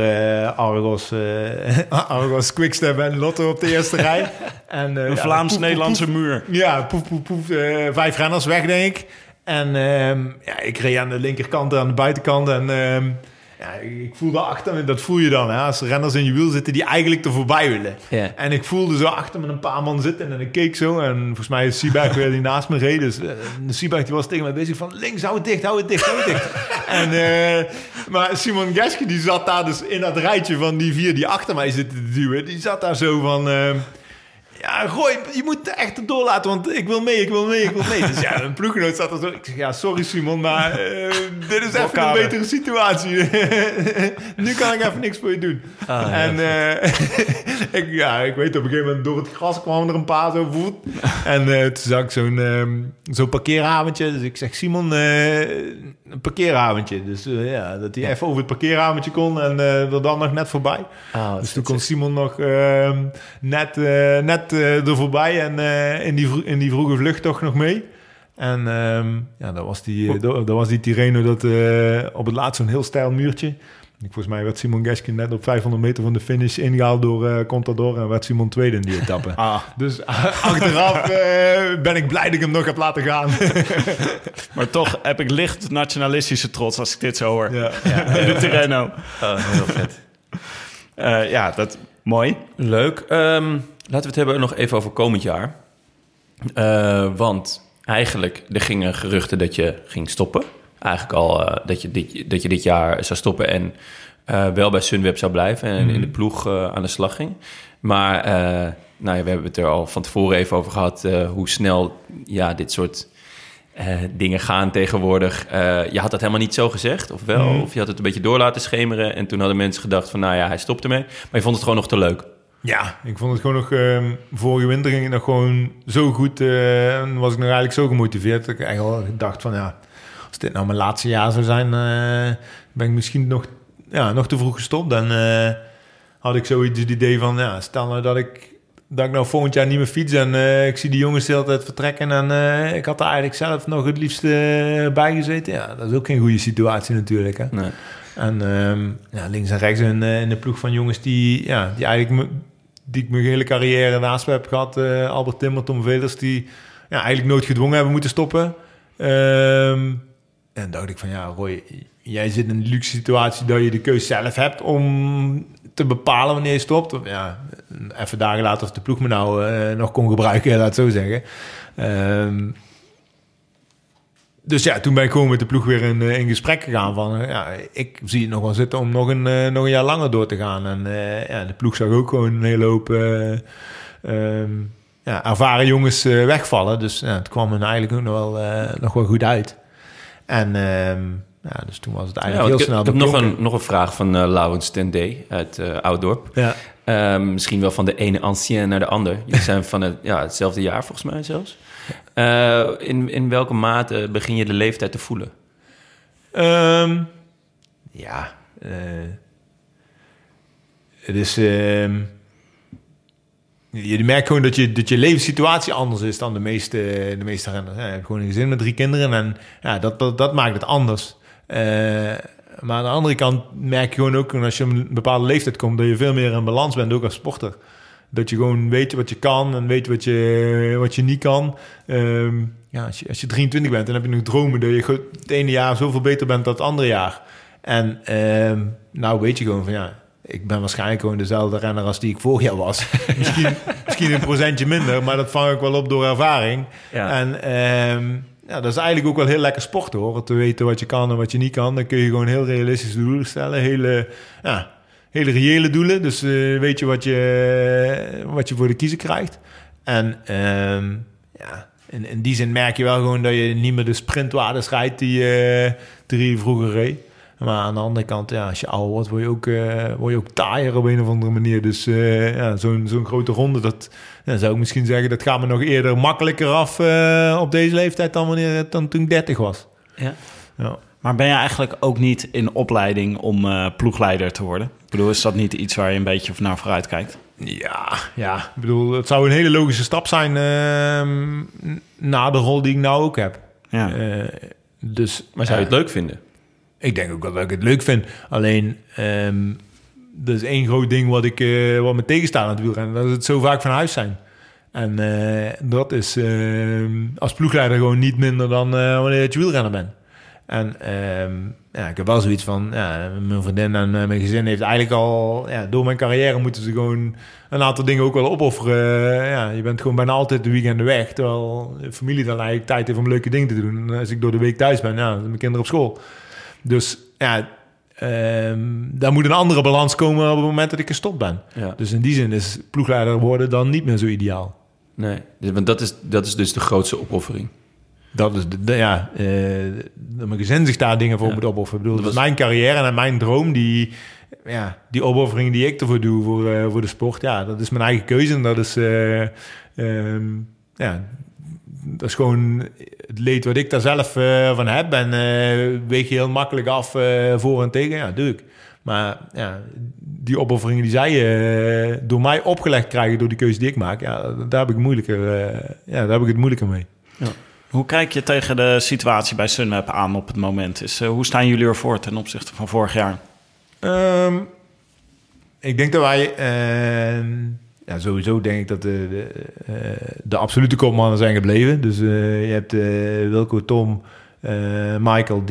Argos, Quickstep en Lotto op de eerste rij. En, Een Vlaams-Nederlandse muur. Ja, poef, 5 renners weg, denk ik. En ik reed aan de linkerkant en aan de buitenkant. En ik voelde achter me, dat voel je dan. Hè, als er renners in je wiel zitten die eigenlijk er voorbij willen. Yeah. En ik voelde zo achter me een paar man zitten. En ik keek zo. En volgens mij is Sieberg weer die naast me reed. Dus de Sieberg die was tegen mij bezig van... links, hou het dicht. En, maar Simon Geschke die zat daar dus in dat rijtje van die 4 die achter mij zitten te duwen. Die zat daar zo van... ja, Roy, je moet echt het doorlaten, want ik wil mee. Dus ja, een ploeggenoot zat er zo. Ik zeg, ja, sorry Simon, maar dit is even een betere situatie. Nu kan ik even niks voor je doen. Ik weet op een gegeven moment door het gras kwamen er een paar zo voet. En toen zag ik zo'n parkeerhaventje. Dus ik zeg, Simon, een parkeerhaventje. Dus dat hij even over het parkeerhaventje kon en er dan nog net voorbij. Dus toen kon Simon nog net er voorbij en in die vroege vlucht toch nog mee. En dat was die Tirreno dat op het laatst zo'n heel steil muurtje. Volgens mij werd Simon Geschke net op 500 meter van de finish ingehaald door Contador en werd Simon tweede in die etappe. Dus achteraf ben ik blij dat ik hem nog heb laten gaan. Maar toch heb ik licht nationalistische trots als ik dit zo hoor. Ja. In de Tirreno. Heel vet. Dat mooi. Leuk. Laten we het hebben nog even over komend jaar. Want eigenlijk, er gingen geruchten dat je ging stoppen. Eigenlijk al dat je dit jaar zou stoppen en wel bij Sunweb zou blijven en in de ploeg aan de slag ging. Maar we hebben het er al van tevoren even over gehad hoe snel dit soort dingen gaan tegenwoordig. Je had dat helemaal niet zo gezegd, of wel? Of je had het een beetje door laten schemeren en toen hadden mensen gedacht van hij stopt ermee. Maar je vond het gewoon nog te leuk. Ja, ik vond het gewoon nog... vorige winter ging het nog gewoon zo goed en was ik nog eigenlijk zo gemotiveerd dat ik eigenlijk dacht van als dit nou mijn laatste jaar zou zijn, ben ik misschien nog te vroeg gestopt. Dan had ik zoiets het idee van, stel nou dat ik nou volgend jaar niet meer fiets en ik zie die jongens de hele tijd vertrekken en ik had er eigenlijk zelf nog het liefst bij gezeten. Ja, dat is ook geen goede situatie natuurlijk. Hè? Nee. En links en rechts in de ploeg van jongens die eigenlijk die ik mijn hele carrière naast me heb gehad. Albert Timmer, Tom Velers, die eigenlijk nooit gedwongen hebben moeten stoppen. En dacht ik van, Roy, jij zit in een luxe situatie dat je de keus zelf hebt om te bepalen wanneer je stopt. Even dagen later of de ploeg me nou nog kon gebruiken, laat het zo zeggen. Dus toen ben ik gewoon met de ploeg weer in gesprek gegaan van, ik zie het nog wel zitten om nog een jaar langer door te gaan. En de ploeg zag ook gewoon een hele hoop ervaren jongens wegvallen. Dus het kwam er eigenlijk ook nog wel goed uit. En dus toen was het eigenlijk heel snel. Ik heb nog een vraag van Laurens Tendé uit Ouddorp. Ja. Misschien wel van de ene ancien naar de ander. Jullie zijn van hetzelfde jaar volgens mij zelfs. In welke mate begin je de leeftijd te voelen? Het is... Je merkt gewoon dat je levenssituatie anders is dan de meeste renners. Je hebt gewoon een gezin met 3 kinderen en dat maakt het anders. Maar aan de andere kant merk je gewoon ook, als je op een bepaalde leeftijd komt, dat je veel meer in balans bent, ook als sporter. Dat je gewoon weet wat je kan en weet wat je niet kan. Als je 23 bent, dan heb je nog dromen dat je het ene jaar zoveel beter bent dan het andere jaar. En nou weet je gewoon van ik ben waarschijnlijk gewoon dezelfde renner als die ik vorig jaar was. misschien een procentje minder, maar dat vang ik wel op door ervaring. Ja. En dat is eigenlijk ook wel heel lekker sporten, hoor. Te weten wat je kan en wat je niet kan. Dan kun je gewoon heel realistische doelen stellen. Hele reële doelen. Dus weet je wat je voor de kiezer krijgt. En in die zin merk je wel gewoon dat je niet meer de sprintwaardes rijdt die vroeger reed. Maar aan de andere kant, als je ouder wordt, word je ook taaier op een of andere manier. Dus zo'n grote ronde, dat zou ik misschien zeggen, dat gaat me nog eerder makkelijker af op deze leeftijd dan toen ik 30 was. Ja. Maar ben je eigenlijk ook niet in opleiding om ploegleider te worden? Ik bedoel, is dat niet iets waar je een beetje naar vooruit kijkt? Ja. Ik bedoel, het zou een hele logische stap zijn na de rol die ik nou ook heb. Ja. Maar zou je het leuk vinden? Ik denk ook wel dat ik het leuk vind. Alleen, dat is één groot ding wat me tegenstaat aan het wielrennen. Dat is het zo vaak van huis zijn. En dat is als ploegleider gewoon niet minder dan wanneer je wielrenner bent. En ik heb wel zoiets van... mijn vriendin en mijn gezin heeft eigenlijk al... door mijn carrière moeten ze gewoon een aantal dingen ook wel opofferen. Je bent gewoon bijna altijd de weekenden weg. Terwijl de familie dan eigenlijk tijd heeft om leuke dingen te doen. En als ik door de week thuis ben, dan zijn mijn kinderen op school. Dus daar moet een andere balans komen op het moment dat ik gestopt ben. Ja. Dus in die zin is ploegleider worden dan niet meer zo ideaal. Nee, want dat is dus de grootste opoffering. Dat is mijn gezin zich daar dingen voor moet opofferen. Ik bedoel, dat is mijn carrière en mijn droom. Die opoffering die ik ervoor doe voor de sport. Ja, dat is mijn eigen keuze. En dat is, dat is gewoon het leed wat ik daar zelf van heb. En weeg je heel makkelijk af voor en tegen. Ja, doe ik. Maar die opofferingen die zij door mij opgelegd krijgen door die keuze die ik maak. Ja, daar heb ik het moeilijker mee. Ja. Hoe kijk je tegen de situatie bij Sunweb aan op het moment? Hoe staan jullie ervoor ten opzichte van vorig jaar? Ik denk dat wij... sowieso denk ik dat de absolute kopmannen zijn gebleven. Dus je hebt Wilco, Tom, Michael,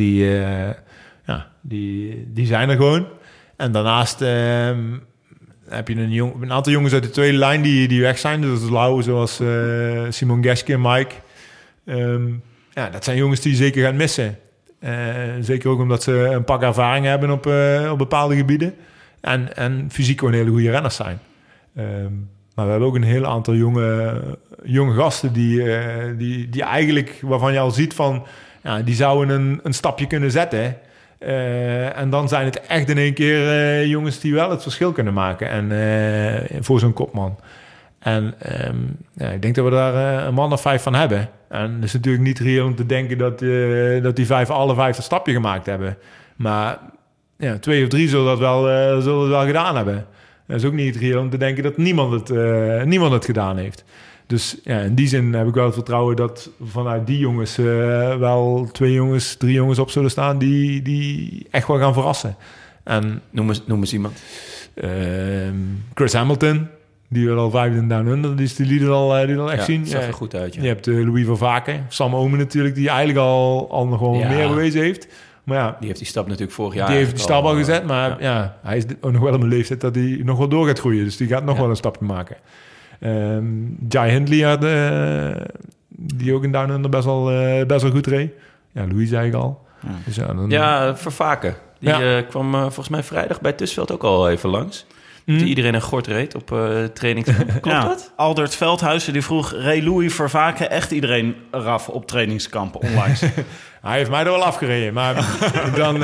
die zijn er gewoon. En daarnaast heb je een aantal jongens uit de tweede lijn die weg zijn. Dus dat is Lau, zoals Simon Geske en Mike. Dat zijn jongens die je zeker gaan missen. Zeker ook omdat ze een pak ervaring hebben op bepaalde gebieden. En fysiek gewoon hele goede renners zijn. Maar we hebben ook een heel aantal jonge gasten die eigenlijk, waarvan je al ziet van... die zouden een stapje kunnen zetten. En dan zijn het echt in één keer jongens die wel het verschil kunnen maken. En voor zo'n kopman. En ik denk dat we daar een man of 5 van hebben. En het is natuurlijk niet reëel om te denken dat die 5 alle 5 een stapje gemaakt hebben. Maar 2 of 3 zullen het wel gedaan hebben. Het is ook niet reëel om te denken dat niemand het gedaan heeft. Dus in die zin heb ik wel het vertrouwen dat vanuit die jongens wel 2 jongens, 3 jongens op zullen staan die echt wel gaan verrassen. En noem eens iemand. Chris Hamilton, die wil al 5 in Down Under, die liet al echt zien. Zag er goed uit. Ja. Je hebt Louis van Vaken, Sam Omen natuurlijk, die eigenlijk al nog wel meer bewezen heeft. Maar die heeft die stap natuurlijk vorig jaar. Die heeft die stap al gezet, maar hij is ook nog wel op een leeftijd dat hij nog wel door gaat groeien. Dus die gaat nog wel een stapje maken. Jai Hindley had, die ook in Down Under best wel goed reed. Ja, Louis zei ik al. Ja. Dus Vervaken. Die kwam volgens mij vrijdag bij Tussveld ook al even langs. Die iedereen een gort reed op trainingskamp. Klopt dat? Aldert Veldhuizen die vroeg... reed Louis Vervaken echt iedereen eraf op trainingskampen online? Hij heeft mij er wel afgereden, maar dan...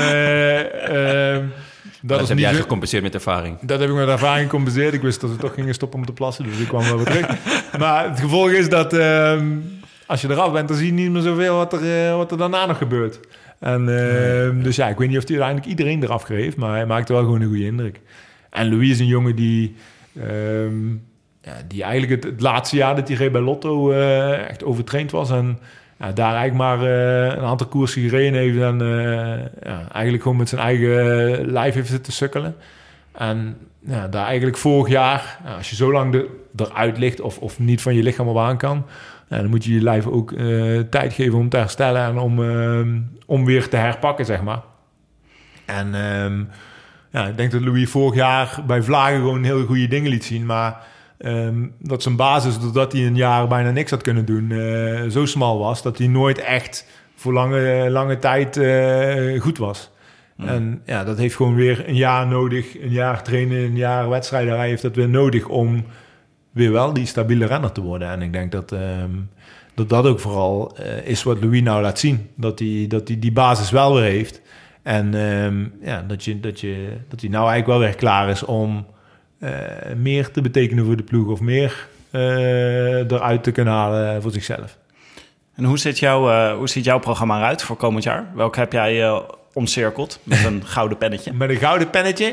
dat heb jij gecompenseerd met ervaring. Dat heb ik met ervaring gecompenseerd. Ik wist dat we toch gingen stoppen om te plassen, dus ik kwam wel weer terug. Maar het gevolg is dat als je eraf bent, dan zie je niet meer zoveel wat er daarna nog gebeurt. En, dus ik weet niet of hij uiteindelijk iedereen eraf geeft, maar hij maakte wel gewoon een goede indruk. En Louis is een jongen die eigenlijk het laatste jaar dat hij reed bij Lotto echt overtraind was. En daar eigenlijk maar een aantal koersen gereden heeft. En eigenlijk gewoon met zijn eigen lijf heeft zitten sukkelen. En daar eigenlijk vorig jaar, als je zo lang eruit ligt of niet van je lichaam op aan kan... dan moet je je lijf ook tijd geven om te herstellen en om weer te herpakken, zeg maar. En... ik denk dat Louis vorig jaar bij Vlagen gewoon heel goede dingen liet zien. Maar dat zijn basis, doordat hij een jaar bijna niks had kunnen doen, zo smal was... dat hij nooit echt voor lange tijd goed was. En dat heeft gewoon weer een jaar nodig. Een jaar trainen, een jaar wedstrijden heeft dat weer nodig... om weer wel die stabiele renner te worden. En ik denk dat ook vooral is wat Louis nou laat zien. Dat hij die basis wel weer heeft... En dat hij nou eigenlijk wel weer klaar is om meer te betekenen voor de ploeg... of meer eruit te kunnen halen voor zichzelf. En hoe ziet jouw programma eruit voor komend jaar? Welke heb jij omcirkeld met een gouden pennetje? Met een gouden pennetje?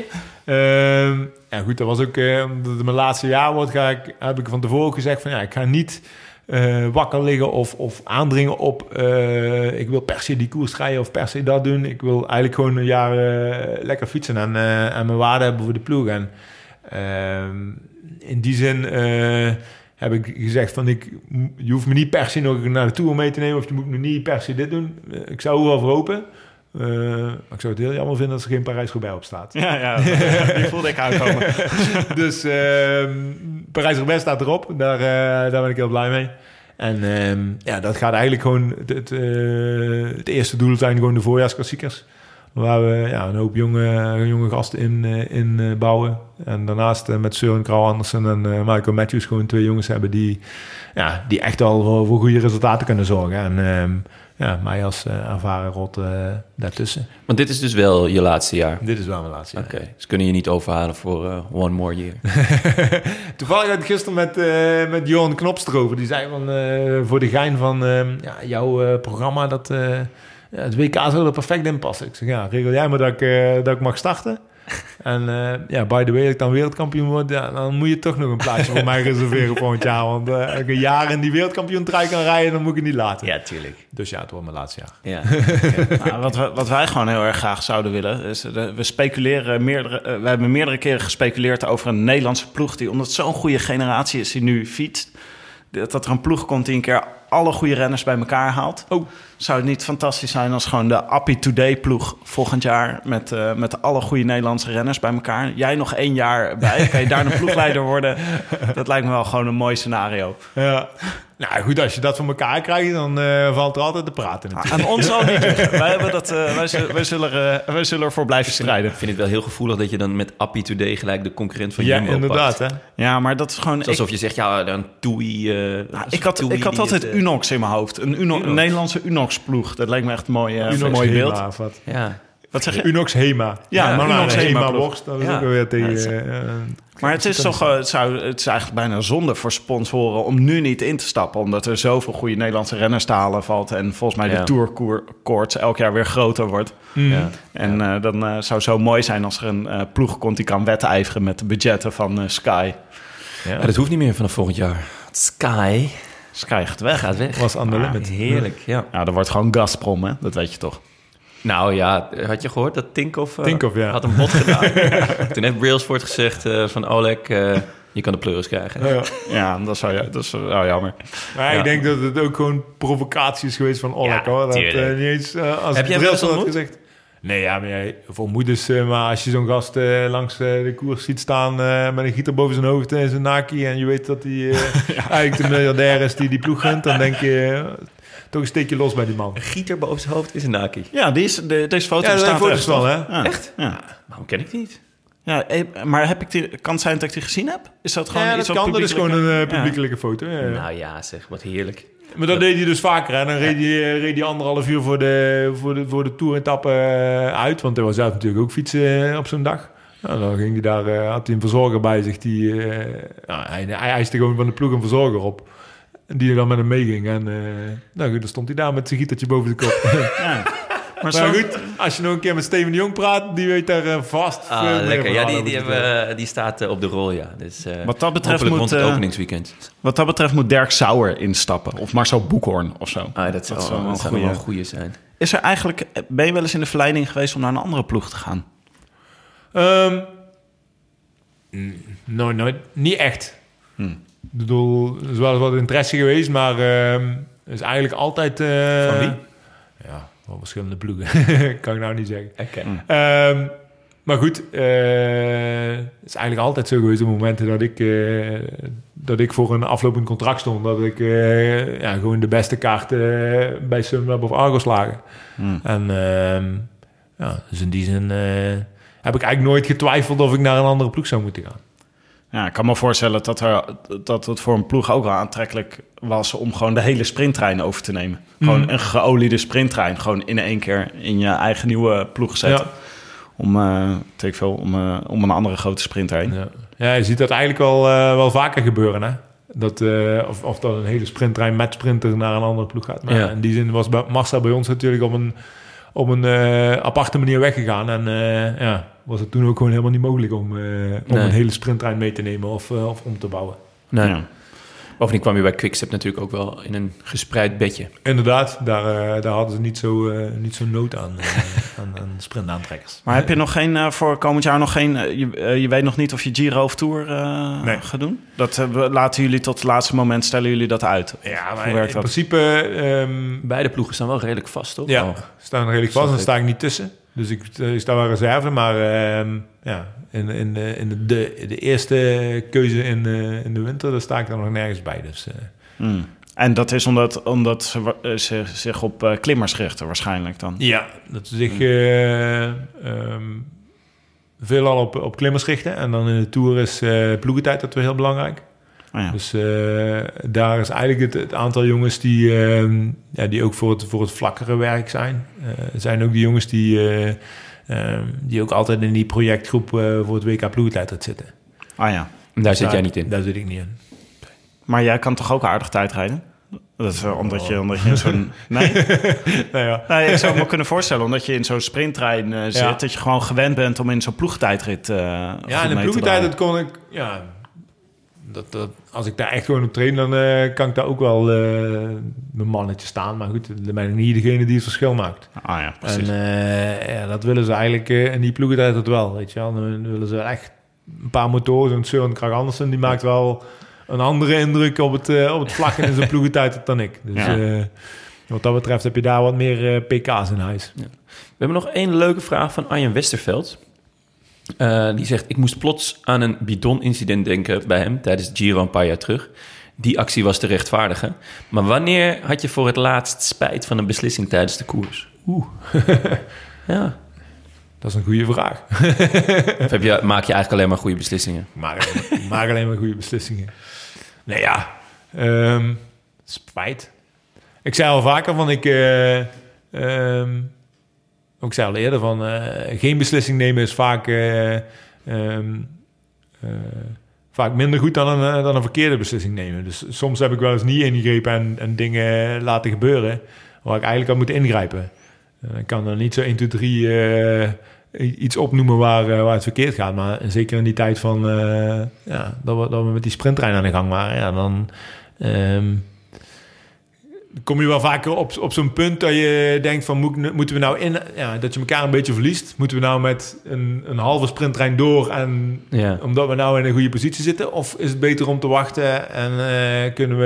Goed, dat was ook... omdat het mijn laatste jaar wordt, heb ik van tevoren gezegd... van ik ga niet wakker liggen of aandringen op... ik wil per se die koers rijden of per se dat doen. Ik wil eigenlijk gewoon een jaar lekker fietsen en mijn waarde hebben voor de ploeg. En in die zin heb ik gezegd van... je hoeft me niet per se nog naar de Tour mee te nemen... of je moet me niet per se dit doen. Ik zou er wel voor hopen... maar ik zou het heel jammer vinden als er geen Parijs-Roubaix op staat. Ja, die voelde ik aankomen. Dus Parijs-Roubaix staat erop. Daar ben ik heel blij mee. En dat gaat eigenlijk gewoon... Het eerste doel zijn gewoon de voorjaarsklassiekers. Waar we een hoop jonge gasten in bouwen. En daarnaast met Søren Kragh Andersen en Michael Matthews... gewoon 2 jongens hebben die echt al voor goede resultaten kunnen zorgen. En mij als ervaren rot daartussen. Want dit is dus wel je laatste jaar? Dit is wel mijn laatste jaar. Oké, dus kunnen je niet overhalen voor one more year? Toevallig had ik gisteren met Johan Knops erover. Die zei van, voor de gein van jouw programma... dat het WK zou er perfect in passen. Ik zeg, regel jij maar dat ik mag starten. En by the way, als ik dan wereldkampioen word... dan moet je toch nog een plaatsje voor mij reserveren volgend jaar. Want als ik een jaar in die wereldkampioen trui kan rijden... dan moet ik het niet laten. Ja, tuurlijk. Dus het wordt mijn laatste jaar. Ja. Wat wij gewoon heel erg graag zouden willen... is we speculeren we hebben meerdere keren gespeculeerd over een Nederlandse ploeg... die, omdat het zo'n goede generatie is die nu fietst... dat er een ploeg komt die een keer alle goede renners bij elkaar haalt. Zou het niet fantastisch zijn als gewoon de Appie Today ploeg volgend jaar... met alle goede Nederlandse renners bij elkaar. Jij nog 1 jaar bij, kan je daar een ploegleider worden? Dat lijkt me wel gewoon een mooi scenario. Ja. Nou goed, als je dat van elkaar krijgt, dan valt er altijd te praten natuurlijk. Aan ons al niet liggen. Wij hebben dat, wij zullen ervoor blijven strijden. Ik vind het wel heel gevoelig dat je dan met Appie Today gelijk de concurrent van Jumbo inderdaad, pakt. Hè? Ja, maar dat is gewoon... Alsof je zegt, dan Toei... ik had altijd Unox in mijn hoofd. Een Nederlandse Unox-ploeg. Dat lijkt me echt een mooi beeld. Ja. Wat zeg je? Unox Hema. Ja, maar Unox Hema worst. Dat is ook weer tegen... Maar het is toch, het is eigenlijk bijna zonde voor sponsoren om nu niet in te stappen. Omdat er zoveel goede Nederlandse renners te halen valt. En volgens mij de tourkoorts elk jaar weer groter wordt. Ja. En dan zou het zo mooi zijn als er een ploeg komt die kan wedijveren met de budgetten van Sky. Ja. Maar dat hoeft niet meer vanaf volgend jaar. Sky gaat weg. Was on the limit. Heerlijk, ja. Nou, dat wordt gewoon Gazprom, hè? Dat weet je toch. Nou ja, had je gehoord dat Tinkoff had een bod gedaan? Toen heeft Brailsford gezegd van Oleg, je kan de pleuris krijgen. Ja, dat is jammer. Maar ik denk dat het ook gewoon provocatie is geweest van Oleg. Ja, hoor. Dat niet eens als heb jij Brailsford had gezegd. Nee, ja, maar voor moeders, maar als je zo'n gast langs de koers ziet staan met een gieter boven zijn hoofd en zijn naki en je weet dat hij eigenlijk de miljardair is die ploeg gunt, dan denk je... toch een steekje los bij die man. Een gieter boven zijn hoofd is een naki. Ja, deze foto bestaat echt. Foto's wel, hè? Ja. Echt? Ja. Waarom ken ik die niet? Ja, maar kan het zijn dat ik die gezien heb? Is dat gewoon iets dat kan. Dat is gewoon een publiekelijke foto. Ja. Nou ja, zeg, wat heerlijk. Maar dat deed hij dus vaker. Hè? Dan reed hij 1,5 uur voor de toeretappe uit. Want hij was zelf natuurlijk ook fietsen op zo'n dag. Nou, dan ging hij daar, had hij een verzorger bij zich. Hij eiste gewoon van de ploeg een verzorger op. Die er dan met hem meeging. En dan stond hij daar met zijn gietertje boven de kop. Ja. Maar goed, als je nog een keer met Steven de Jong praat, die weet daar vast veel lekker. meer van. Die staat op de rol, ja. Dus, wat dat betreft rond het openingsweekend. Wat dat betreft moet Dirk Sauer instappen. Of Marcel Boekhoorn of zo. Dat zou wel een goede zijn. Is er eigenlijk... Ben je wel eens in de verleiding geweest om naar een andere ploeg te gaan? Nooit. Niet echt. Ik bedoel, er is wel wat interesse geweest, maar is eigenlijk altijd... Van wie? Ja, wel verschillende ploegen. Kan ik nou niet zeggen. Okay. Maar goed, het is eigenlijk altijd zo geweest op momenten dat ik voor een aflopend contract stond. Dat ik gewoon de beste kaarten bij Sunweb of Argos lagen. En dus in die zin heb ik eigenlijk nooit getwijfeld of ik naar een andere ploeg zou moeten gaan. Ja, ik kan me voorstellen dat het voor een ploeg ook wel aantrekkelijk was om gewoon de hele sprinttrein over te nemen. Gewoon een geoliede sprinttrein, gewoon in één keer in je eigen nieuwe ploeg zetten. Ja. Om een andere grote sprinter heen. Ja, je ziet dat eigenlijk wel vaker gebeuren, hè? Dat, of dat een hele sprinttrein met sprinter naar een andere ploeg gaat. Maar in die zin was Marcel bij ons natuurlijk op een aparte manier weggegaan. En was het toen ook gewoon helemaal niet mogelijk om een hele sprinttrein mee te nemen of om te bouwen. Nee. Ja. Bovendien kwam je bij Quickstep natuurlijk ook wel in een gespreid bedje. Inderdaad, daar hadden ze niet zo nood aan sprintaantrekkers. Maar heb je nog geen, voor komend jaar nog geen... je weet nog niet of je Giro of Tour gaat doen? Dat laten jullie tot het laatste moment, stellen jullie dat uit? Ja, maar hoe werkt in dat? principe... Beide ploegen staan wel redelijk vast, toch? Ja, staan redelijk vast. Dan sta ik niet tussen. Dus ik sta wel reserve. Maar in de eerste keuze in de winter, daar sta ik er nog nergens bij. Dus, En dat is omdat ze zich op klimmers richten waarschijnlijk dan? Ja, dat ze zich veelal op klimmers richten. En dan in de Tour is ploegentijd dat weer heel belangrijk. Oh ja. Dus daar is eigenlijk het aantal jongens die ook voor het vlakkere werk zijn. Er zijn ook die jongens die ook altijd in die projectgroep voor het WK ploegentijdrit zitten. Ah ja. Daar zit jij niet in? Daar zit ik niet in. Maar jij kan toch ook aardig tijdrijden? Dat is omdat je in zo'n... Nee? Nee, ik zou me kunnen voorstellen, omdat je in zo'n sprinttrein zit... dat je gewoon gewend bent om in zo'n ploegentijdrit ja, in de ploegentijdrit kon ik... Ja, als ik daar echt gewoon op train, dan kan ik daar ook wel mijn mannetje staan. Maar goed, dan ben ik niet degene die het verschil maakt. Ah ja, precies. En dat willen ze eigenlijk in die ploegentijdrit wel, weet je wel. Dan willen ze echt een paar motoren. Zo'n Søren Kragh Andersen, die maakt wel... een andere indruk op het vlak in zijn ploegentijd dan ik. Dus wat dat betreft heb je daar wat meer pk's in huis. Ja. We hebben nog één leuke vraag van Arjen Westerveld. Die zegt, ik moest plots aan een bidon-incident denken bij hem tijdens Giro een paar jaar terug. Die actie was te rechtvaardigen. Maar wanneer had je voor het laatst spijt van een beslissing tijdens de koers? Ja. Dat is een goede vraag. Of maak je eigenlijk alleen maar goede beslissingen? Maak alleen maar goede beslissingen. Nee, ja. Spijt. Ik zei al vaker van ik zei al eerder van geen beslissing nemen is vaak minder goed dan een verkeerde beslissing nemen. Dus soms heb ik wel eens niet ingegrepen en dingen laten gebeuren waar ik eigenlijk had moeten ingrijpen. Ik kan er niet zo 1, 2, 3 iets opnoemen waar het verkeerd gaat. Maar zeker in die tijd van dat we met die sprinttrein aan de gang waren, ja, dan kom je wel vaker op zo'n punt dat je denkt van moeten we nou dat je elkaar een beetje verliest. Moeten we nou met een halve sprinttrein door en omdat we nou in een goede positie zitten? Of is het beter om te wachten en kunnen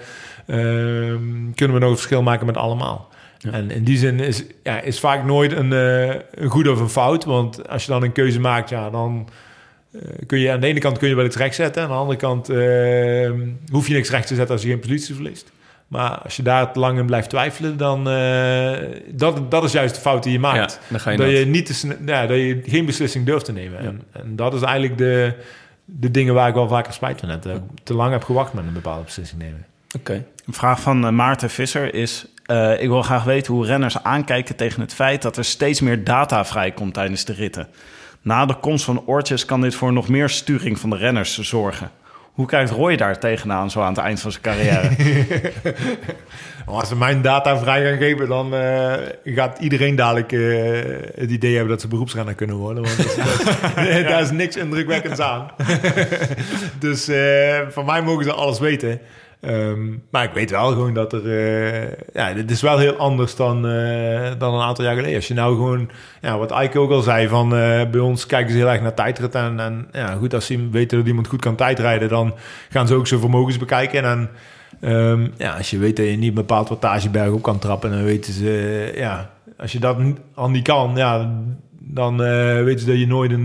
we nog een verschil maken met allemaal? Ja. En in die zin is vaak nooit een goed of een fout. Want als je dan een keuze maakt, dan kun je aan de ene kant wel iets recht zetten. Aan de andere kant hoef je niks recht te zetten als je geen positie verliest. Maar als je daar te lang in blijft twijfelen, dan dat is juist de fout die je maakt. Ja, dan ga je dat je geen beslissing durft te nemen. Ja. En dat is eigenlijk de dingen waar ik wel vaker spijt van heb. Te lang heb gewacht met een bepaalde beslissing nemen. Okay. Een vraag van Maarten Visser is... ik wil graag weten hoe renners aankijken tegen het feit... dat er steeds meer data vrijkomt tijdens de ritten. Na de komst van oortjes kan dit voor nog meer sturing van de renners zorgen. Hoe kijkt Roy daar tegenaan zo aan het eind van zijn carrière? Als ze mijn data vrij gaan geven, dan gaat iedereen dadelijk het idee hebben dat ze beroepsrenner kunnen worden. Want daar is niks indrukwekkends aan. Dus van mij mogen ze alles weten. Maar ik weet wel gewoon dat dit is wel heel anders dan een aantal jaar geleden. Als je nou gewoon, wat Eike ook al zei, van bij ons kijken ze heel erg naar tijdrit. En goed, als ze weten dat iemand goed kan tijdrijden, dan gaan ze ook zijn vermogens bekijken. En als je weet dat je niet een bepaald wattageberg op kan trappen, dan weten ze, als je dat al niet kan, dan weten ze dat je nooit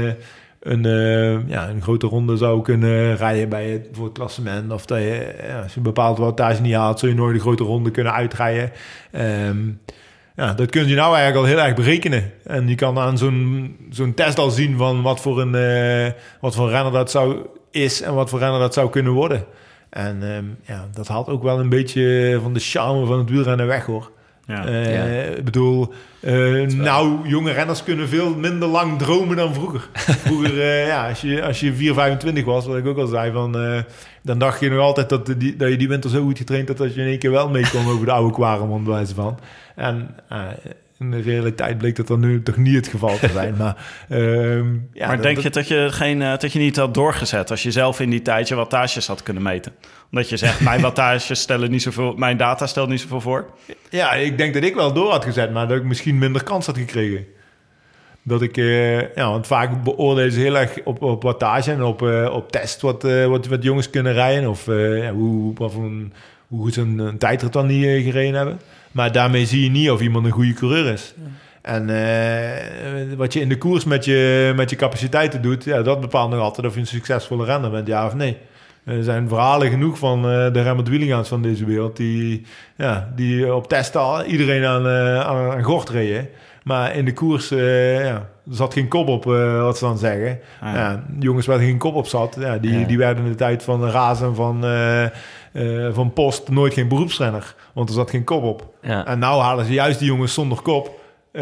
een grote ronde zou kunnen rijden voor het klassement. Of dat je, als je een bepaald wattage niet haalt, zou je nooit een grote ronde kunnen uitrijden. Dat kun je nou eigenlijk al heel erg berekenen. En je kan aan zo'n test al zien van wat voor renner dat is en wat voor renner dat zou kunnen worden. En dat haalt ook wel een beetje van de charme van het wielrennen weg, hoor. Ik bedoel, jonge renners kunnen veel minder lang dromen dan vroeger. Vroeger, als je 4,25 was, wat ik ook al zei, dan dacht je nog altijd dat je die winter zo goed getraind had dat je in één keer wel mee kon over de oude Quaremont, bij wijze van. En In de realiteit bleek dat dan nu toch niet het geval te zijn. Maar denk je dat je niet had doorgezet als je zelf in die tijd je wattages had kunnen meten? Omdat je zegt, mijn wattages stellen niet zoveel, mijn data stelt niet zoveel voor? Ja, ik denk dat ik wel door had gezet, maar dat ik misschien minder kans had gekregen. Dat ik, want vaak beoordelen ze heel erg op wattage en op test wat jongens kunnen rijden. Of hoe goed ze een tijdrit dan niet gereden hebben. Maar daarmee zie je niet of iemand een goede coureur is. Ja. En wat je in de koers met je capaciteiten doet, dat bepaalt nog altijd of je een succesvolle renner bent, ja of nee. Er zijn verhalen genoeg van de Remmert Wielingaans van deze wereld die op testen iedereen aan gort reden. Maar in de koers zat geen kop op, wat ze dan zeggen. Ah, ja. Jongens waar er geen kop op zat, die werden in de tijd van Razen van Post nooit geen beroepsrenner. Want er zat geen kop op. Ja. En nou halen ze juist die jongens zonder kop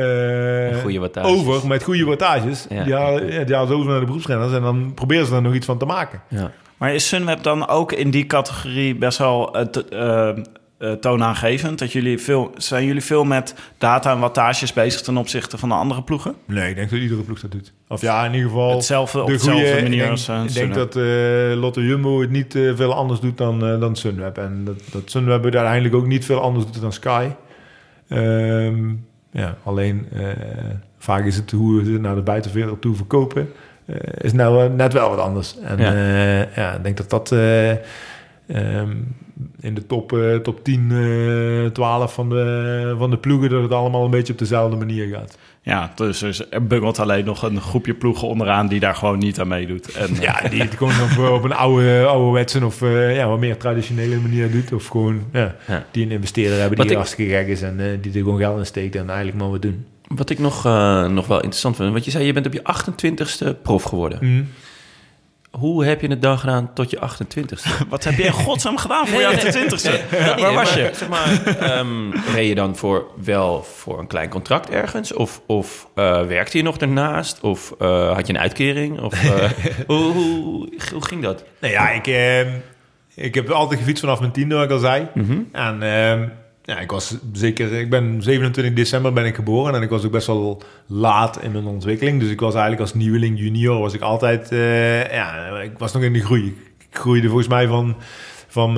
over met goede wattages. Ja. Die halen ze over naar de beroepsrenners en dan proberen ze er nog iets van te maken. Ja. Maar is Sunweb dan ook in die categorie best wel toonaangevend? Zijn jullie veel met data en wattages bezig ten opzichte van de andere ploegen? Nee, ik denk dat iedere ploeg dat doet. Of ja, in ieder geval hetzelfde, op dezelfde manier als ik denk dat Lotto Jumbo het niet veel anders doet dan Sunweb. En dat Sunweb het uiteindelijk ook niet veel anders doet dan Sky. Alleen vaak is het hoe we naar de buitenwereld toe verkopen. Is nou net wel wat anders. En ik denk dat in de top 10, 12 van de ploegen, dat het allemaal een beetje op dezelfde manier gaat. Ja, dus er bungelt alleen nog een groepje ploegen onderaan die daar gewoon niet aan meedoet. En, die het gewoon op een ouderwetse of wat meer traditionele manier doet. Of gewoon die een investeerder hebben die hartstikke gek is en die er gewoon geld in steekt en eigenlijk maar wat doen. Wat ik nog wel interessant vind, want je zei je bent op je 28ste prof geworden. Mm. Hoe heb je het dan gedaan tot je 28ste? Wat heb je in godsnaam gedaan voor je 28ste? Waar was je? Zeg maar, reed je dan voor een klein contract ergens? Of werkte je nog daarnaast? Of had je een uitkering? Of, hoe ging dat? Nou ja, ik heb altijd gefietst vanaf mijn 10e, wat ik al zei. Mm-hmm. En ik ben 27 december ben ik geboren en ik was ook best wel laat in mijn ontwikkeling. Dus ik was eigenlijk als nieuweling junior was ik altijd, ik was nog in de groei. Ik groeide volgens mij van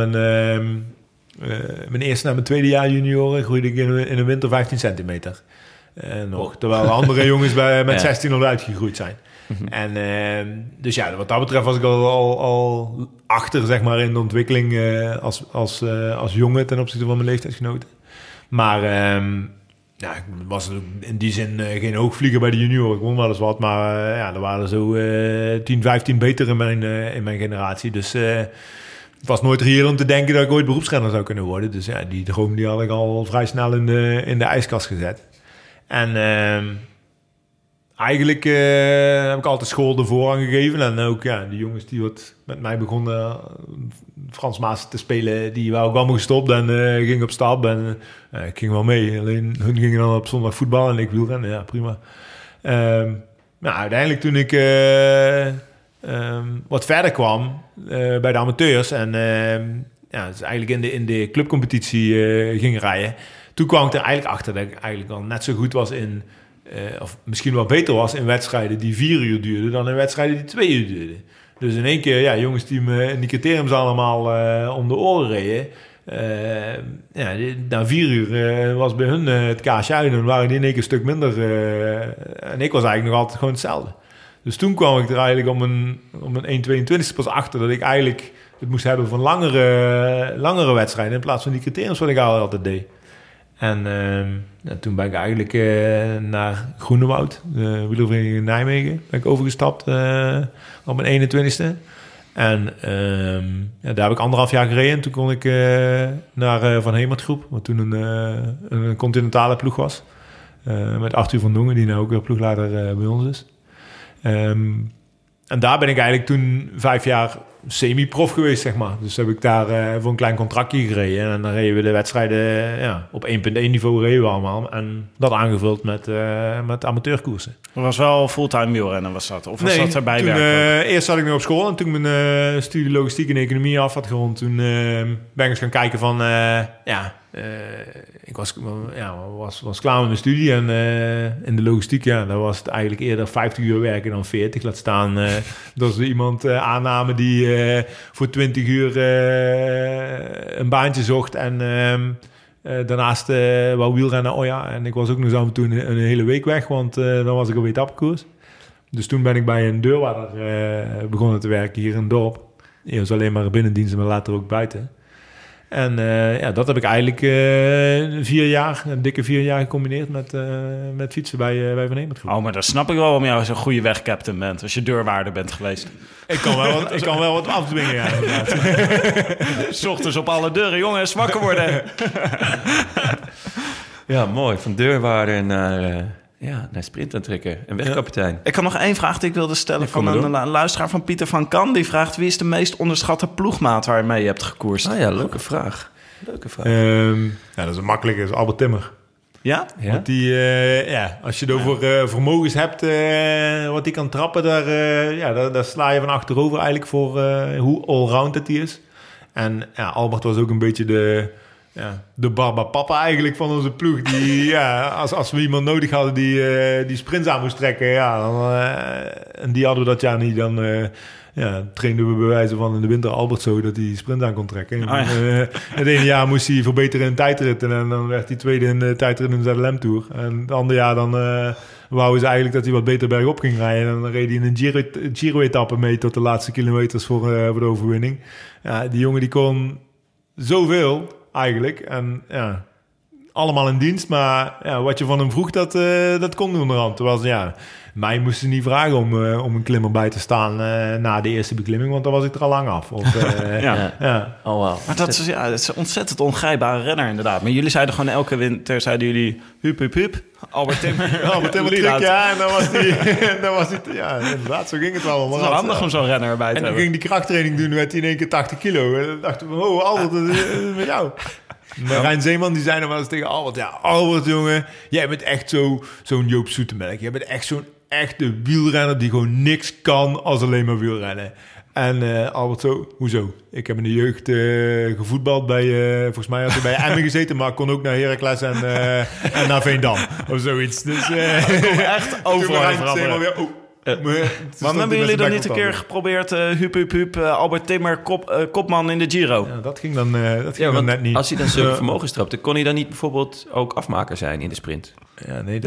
mijn eerste naar mijn tweede jaar junioren groeide ik in een winter 15 centimeter. Terwijl andere jongens met 16 al uitgegroeid zijn. Mm-hmm. En dus wat dat betreft was ik al achter, zeg maar, in de ontwikkeling als jongen ten opzichte van mijn leeftijdsgenoten. Maar ik was in die zin geen hoogvlieger bij de junioren. Ik won wel eens wat, maar er waren er zo 10, 15 beter in mijn generatie. Dus het was nooit reëel om te denken dat ik ooit beroepsrenner zou kunnen worden. Dus die droom die had ik al vrij snel in de ijskast gezet. En eigenlijk heb ik altijd school de voorrang gegeven. En ook de jongens die wat met mij begonnen Frans Maas te spelen, die waren ook allemaal gestopt en gingen op stap. En ik ging wel mee. Alleen hun gingen dan op zondag voetbal en ik wielrennen. Ja, prima. Uiteindelijk toen ik wat verder kwam bij de amateurs en dus eigenlijk in de clubcompetitie ging rijden, toen kwam ik er eigenlijk achter dat ik eigenlijk al net zo goed was in, of misschien wel beter was in wedstrijden die 4 uur duurden dan in wedstrijden die 2 uur duurden. Dus in één keer, jongens die me in die criteriums allemaal om de oren reden. Na 4 uur was bij hun het kaasje uit en waren die in één keer een stuk minder. En ik was eigenlijk nog altijd gewoon hetzelfde. Dus toen kwam ik er eigenlijk om een 1,22 pas achter dat ik eigenlijk het moest hebben van langere wedstrijden in plaats van die criteriums wat ik altijd deed. En toen ben ik eigenlijk naar Groenewoud, de wielervereniging in Nijmegen, ben ik overgestapt op mijn 21ste. En daar heb ik 1,5 jaar gereden. En toen kon ik naar Van Hemert Groep, wat toen een continentale ploeg was. Met Arthur van Dongen, die nou ook weer ploegleider bij ons is. En daar ben ik eigenlijk toen 5 jaar semi-prof geweest, zeg maar. Dus heb ik daar voor een klein contractje gereden. En dan reden we de wedstrijden op 1.1 niveau reden we allemaal. En dat aangevuld met amateurkoersen. Dat was wel fulltime wielrennen, was dat? Of was dat erbij werken? Eerst zat ik nog op school en toen mijn studie logistiek en economie af had gerond. Toen ben ik eens gaan kijken van... ik was klaar met mijn studie en in de logistiek, daar was het eigenlijk eerder 50 uur werken dan 40. Laat staan dat ze iemand aannamen die voor 20 uur een baantje zocht en daarnaast wou wielrennen. En ik was ook nog zo toen een hele week weg, want dan was ik op etappekoers. Dus toen ben ik bij een deurwaarder begonnen te werken hier in het dorp. Eerst alleen maar binnendienst, maar later ook buiten. En dat heb ik eigenlijk een dikke 4 jaar gecombineerd met fietsen bij Van Hemertgroep. Oh, maar dan snap ik wel waarom jij zo'n goede wegcaptain bent, als je deurwaarder bent geweest. Ik kan wel wat afdwingen, ja, inderdaad. 's Ochtends op alle deuren, jongens, wakker worden. Ja, mooi. Van deurwaarder naar sprintaantrekker en wegkapitein. Ik had nog 1 vraag die ik wilde stellen van een luisteraar van Pieter van Kan. Die vraagt, wie is de meest onderschatte ploegmaat waarmee je hebt gekoerst? Ah ja, leuke vraag. Dat is een makkelijke, is Albert Timmer. Ja? Want die, als je het over vermogens hebt, wat die kan trappen, daar sla je van achterover eigenlijk voor hoe allround het die is. En Albert was ook een beetje de barbapapa eigenlijk van onze ploeg. Die, als we iemand nodig hadden die sprints aan moest trekken, en die hadden we dat jaar niet, dan trainden we bij wijze van in de winter Albert zo dat hij sprint aan kon trekken. Het ene jaar moest hij verbeteren in tijdritten en dan werd hij tweede in de tijdrit in de ZLM Tour. En het andere jaar dan wouden ze eigenlijk dat hij wat beter bergop ging rijden. En dan reed hij in een Giro-etappe mee tot de laatste kilometers voor de overwinning. Ja, die jongen die kon zoveel eigenlijk. En allemaal in dienst. Maar wat je van hem vroeg, dat kon hij onderhand. Terwijl mij moesten ze niet vragen om een klimmer bij te staan na de eerste beklimming, want dan was ik er al lang af. Of, Oh, wow. Maar dat is een ontzettend ongrijpbare renner inderdaad. Maar jullie zeiden gewoon elke winter, hup, hup, hup. Albert Timmer. Albert Timmer terug, en dan was hij, inderdaad, zo ging het wel. Het is wel handig om zo'n renner erbij te hebben. En dan ging die krachttraining doen, werd hij in één keer 80 kilo. En dan dachten we, Albert, dat is met jou. Maar Rijn Zeeman die zei dan wel eens tegen Albert, Albert jongen, jij bent echt zo'n Joop Zoetemelk. Jij bent echt zo'n echte wielrenner die gewoon niks kan als alleen maar wielrennen. En Albert zo, hoezo? Ik heb in de jeugd gevoetbald bij, volgens mij had hij bij Emmen gezeten, maar ik kon ook naar Heracles en naar Veendam of zoiets. Dus echt overal veranderen. Waarom hebben jullie dan niet een keer geprobeerd, hup, Albert Timmer, kopman in de Giro? Ja, dat ging dan net niet. Als hij dan zulke vermogens trapte, kon hij dan niet bijvoorbeeld ook afmaker zijn in de sprint? Ja, nee,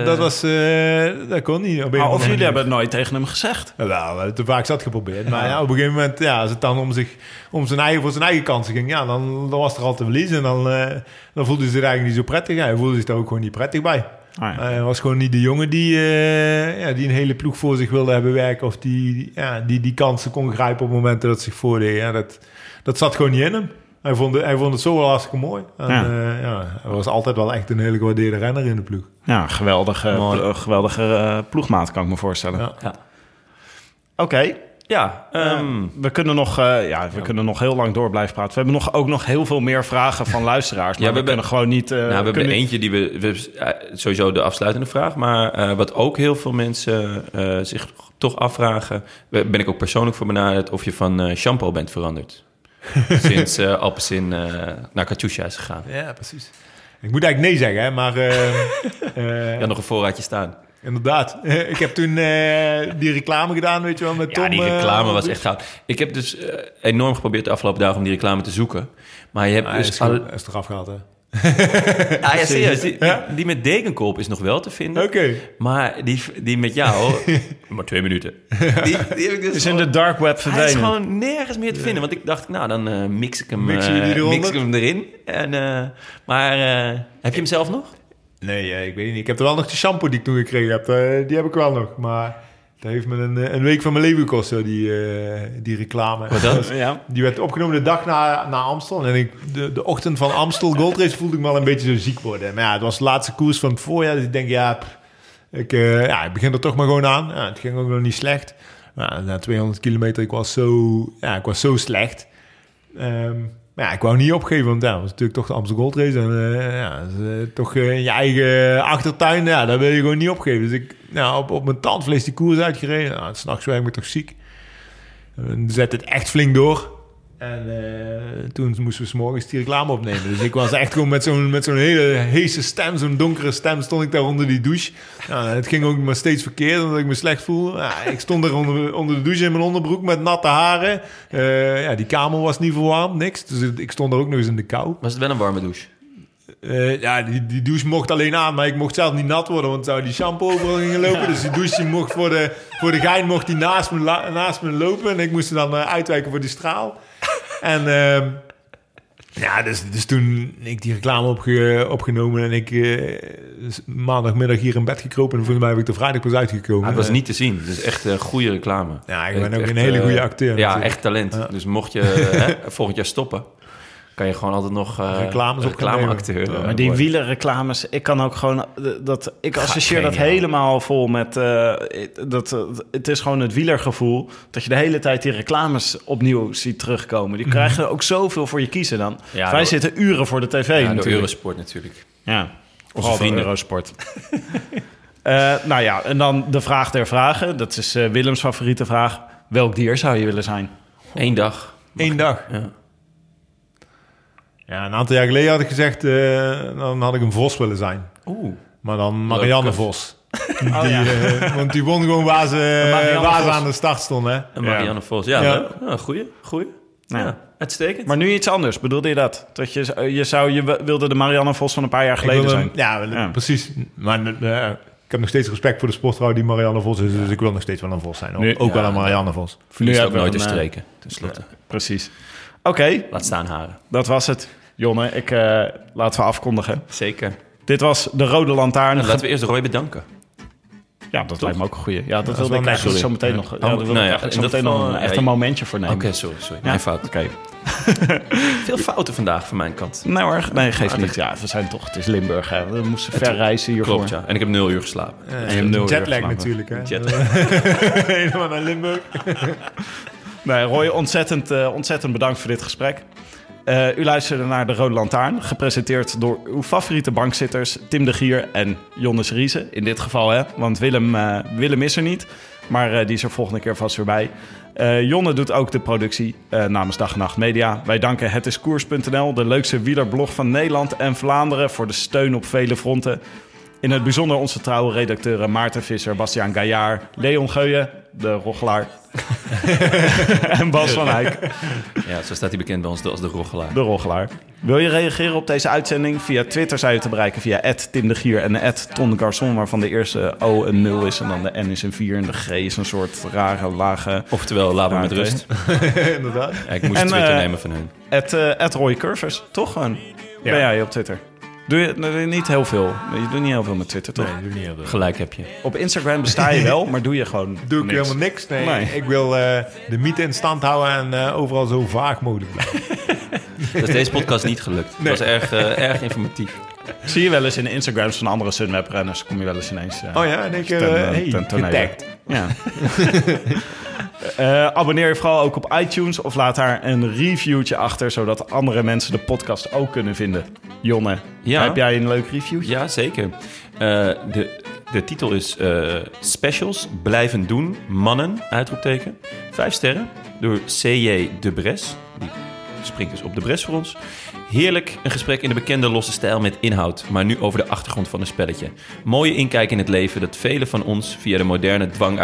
dat kon niet. Of jullie hebben het nooit tegen hem gezegd? Ja, we hebben het te vaak zat geprobeerd. Maar op een gegeven moment, als het dan voor zijn eigen kansen ging, dan was er altijd verlies. En dan voelde hij zich eigenlijk niet zo prettig. Hij voelde zich daar ook gewoon niet prettig bij. Hij was gewoon niet de jongen die een hele ploeg voor zich wilde hebben werken, of die kansen kon grijpen op momenten dat zich voordeed. Ja, dat zat gewoon niet in hem. Hij vond het zo wel hartstikke mooi. En, hij was altijd wel echt een hele gewaardeerde renner in de ploeg. Ja, geweldige ploegmaat kan ik me voorstellen. Ja. Oké. Ja, we kunnen nog heel lang door blijven praten. We hebben ook nog heel veel meer vragen van luisteraars. Maar we kunnen gewoon niet... we hebben eentje die we sowieso de afsluitende vraag. Maar wat ook heel veel mensen zich toch afvragen... ben ik ook persoonlijk voor benaderd of je van shampoo bent veranderd. Sinds Alpecin naar Katusha is gegaan. Ja, precies. Ik moet eigenlijk nee zeggen, hè, maar... je had nog een voorraadje staan. Inderdaad. Ik heb toen die reclame gedaan, weet je wel, met Tom. Ja, die reclame was echt goud. Ik heb dus enorm geprobeerd de afgelopen dagen om die reclame te zoeken. Maar je hebt dus... Hij is eraf gehaald, hè? Serieus. Die met Degenkolb is nog wel te vinden. Okay. Maar die met jou... maar 2 minuten. Die heb ik dus is in de dark web verdwenen. Hij is gewoon nergens meer te vinden. Want ik dacht, dan mix ik hem erin. Maar heb je hem zelf nog? Nee, ik weet niet. Ik heb er wel nog de shampoo die ik toen gekregen heb. Die heb ik wel nog. Maar dat heeft me een week van mijn leven gekost, die reclame. Wat dat? Die werd opgenomen de dag na Amstel. En de ochtend van Amstel Gold Race voelde ik me al een beetje zo ziek worden. Maar het was de laatste koers van het voorjaar. Dus ik denk, ik begin er toch maar gewoon aan. Ja, het ging ook nog niet slecht. Na 200 kilometer, ik was zo slecht. Maar ik wou niet opgeven, want dat was natuurlijk toch de Amsterdam Gold Race. En toch in je eigen achtertuin, daar wil je gewoon niet opgeven. Dus ik op mijn tandvlees die koers uitgereden. 's nachts werd ik toch ziek. En zette het echt flink door. En toen moesten we 's morgens die reclame opnemen. Dus ik was echt gewoon met zo'n hele heese stem, zo'n donkere stem, stond ik daar onder die douche. Het ging ook maar steeds verkeerd, omdat ik me slecht voelde. Ik stond er onder de douche in mijn onderbroek met natte haren. Die kamer was niet verwarmd, niks. Dus ik stond er ook nog eens in de kou. Was het wel een warme douche? Die douche mocht alleen aan, maar ik mocht zelf niet nat worden, want zou die shampoo overal gingen lopen. Dus die douche mocht voor de gein mocht die naast me lopen. En ik moest er dan uitwijken voor die straal. En dus toen ik die reclame opgenomen en ik maandagmiddag hier in bed gekropen en volgens mij heb ik er vrijdag pas uitgekomen. Het was niet te zien. Het is echt goede reclame. Ja, ik ben ook een hele goede acteur. Ja, natuurlijk. echt talent. Ja. Dus mocht je volgend jaar stoppen, kan je gewoon altijd nog reclameacteur. Maar die wielerreclames, ik kan ook gewoon ik associeer dat helemaal vol met het is gewoon het wielergevoel dat je de hele tijd die reclames opnieuw ziet terugkomen. Die krijgen ook zoveel voor je kiezen dan. Ja, wij zitten uren voor de tv. Ja, natuurlijk. door Eurosport natuurlijk. Ja, onze vrienden Eurosport. En dan de vraag der vragen. Dat is Willems favoriete vraag. Welk dier zou je willen zijn? 1 dag. 1 dag? Ja. Ja, een aantal jaar geleden had ik gezegd, dan had ik een vos willen zijn. Oeh. Maar dan Marianne Vos. Want die won gewoon waar ze aan de start stonden. Hè? En Marianne Vos, ja. Goeie. Ja, uitstekend. Maar nu iets anders, bedoelde je dat? Dat je wilde de Marianne Vos van een paar jaar geleden zijn? Ja, precies. Maar ik heb nog steeds respect voor de sportvrouw die Marianne Vos is. Dus ik wil nog steeds wel een Vos zijn. Ook wel een Marianne Vos. Verlies ook nooit te streken, tenslotte. Precies. Oké. Laat staan haren. Dat was het. Jonne, laten we afkondigen. Zeker. Dit was de Rode Lantaarn. Laten we eerst Roy bedanken. Ja, dat lijkt me ook een goeie. Ja, dat wilde ik eigenlijk zo meteen nog. Ja, daar wil ik zo meteen nog echt een momentje voor nemen. Oké, sorry. Mijn fout. Oké. Veel fouten vandaag van mijn kant. Nou hoor, nee, geeft niet. Ja, we zijn toch, het is Limburg. Hè. We moesten ver reizen hiervoor. Klopt, ja. En ik heb 0 uur geslapen. En je hebt 0 uur jetlag natuurlijk, hè. Helemaal naar Limburg. Nee, Roy, ontzettend bedankt voor dit gesprek. U luisterde naar De Rode Lantaarn, gepresenteerd door uw favoriete bankzitters Tim de Gier en Jonne Riese. In dit geval, hè, want Willem is er niet, maar die is er volgende keer vast weer bij. Jonne doet ook de productie namens Dag en Nacht Media. Wij danken hetiskoers.nl, de leukste wielerblog van Nederland en Vlaanderen, voor de steun op vele fronten. In het bijzonder onze trouwe redacteuren Maarten Visser, Bastiaan Gaillard, Leon Geuyen, de Roggelaar en Bas van Eyck. Ja, zo staat hij bekend bij ons als de Roggelaar. De Roggelaar. Wil je reageren op deze uitzending? Via Twitter zou je te bereiken via @TimDeGier en @TonGarçon, waarvan de eerste O een 0 is en dan de N is een 4 en de G is een soort rare, lage... Oftewel, laat me met rust. Inderdaad. Ja, ik moest Twitter nemen van hun. @Roy Curvers, toch gewoon? Ja. Ben jij op Twitter? Doe je niet heel veel? Je doet niet heel veel met Twitter, toch? Nee, ik doe niet heel veel. Gelijk heb je. Op Instagram besta je wel, maar doe je gewoon Doe ik niks. helemaal niks. Nee. Ik wil de mythe in stand houden en overal zo vaag mogelijk blijven. Dat is deze podcast niet gelukt. Het was erg informatief. Zie je wel eens in de Instagrams van andere Sunweb-renners, kom je wel eens ineens... ten tonele. Ja. Abonneer je vooral ook op iTunes of laat daar een reviewtje achter, zodat andere mensen de podcast ook kunnen vinden. Jonne, heb jij een leuk reviewtje? Ja, zeker. De titel is Specials blijven doen, mannen, uitroepteken. 5 sterren door C.J. de Bres. Die springt dus op de Bres voor ons. Heerlijk, een gesprek in de bekende losse stijl met inhoud, maar nu over de achtergrond van een spelletje. Mooie inkijk in het leven dat velen van ons via de moderne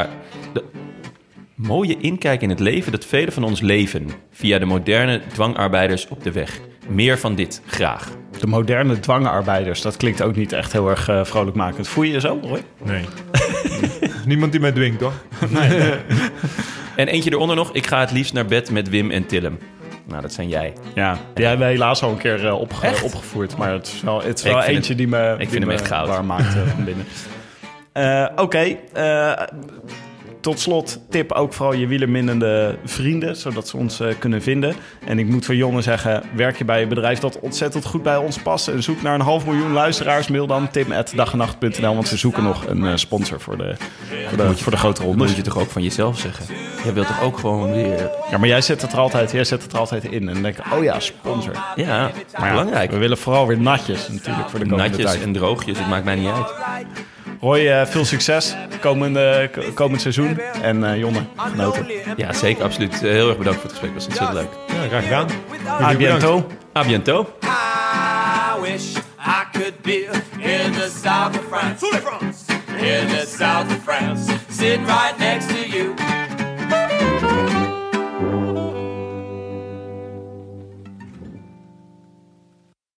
Mooie inkijk in het leven dat velen van ons leven via de moderne dwangarbeiders op de weg. Meer van dit, graag. De moderne dwangarbeiders, dat klinkt ook niet echt heel erg vrolijkmakend. Voel je je zo, Roy? Nee. Niemand die mij dwingt, toch? Nee. En eentje eronder nog, ik ga het liefst naar bed met Wim en Tillem. Nou, dat zijn jij. Ja, die hebben we helaas al een keer opgevoerd. Maar het is wel eentje die me echt goud warm maakt van binnen. Oké. Tot slot, tip ook vooral je wielerminnende vrienden, zodat ze ons kunnen vinden. En ik moet voor Jonne zeggen, werk je bij een bedrijf dat ontzettend goed bij ons past en zoek naar 500.000 luisteraars, mail dan tim@dagenacht.nl, want we zoeken nog een sponsor voor de grote ronde. Dat moet je toch ook van jezelf zeggen? Jij wilt toch ook gewoon weer... Ja, maar jij zet het er altijd in. En dan denk ik, oh ja, sponsor. Ja, maar belangrijk. We willen vooral weer natjes natuurlijk voor de komende tijd. Natjes en droogjes, het maakt mij niet uit. Roy, veel succes komend seizoen. En Jonne, genoten. Ja, zeker, absoluut. Heel erg bedankt voor het gesprek. Dat was ontzettend leuk. Ja, graag gedaan. A biento. A biento. I wish I could be in the south of France. In the south of France. Sitting right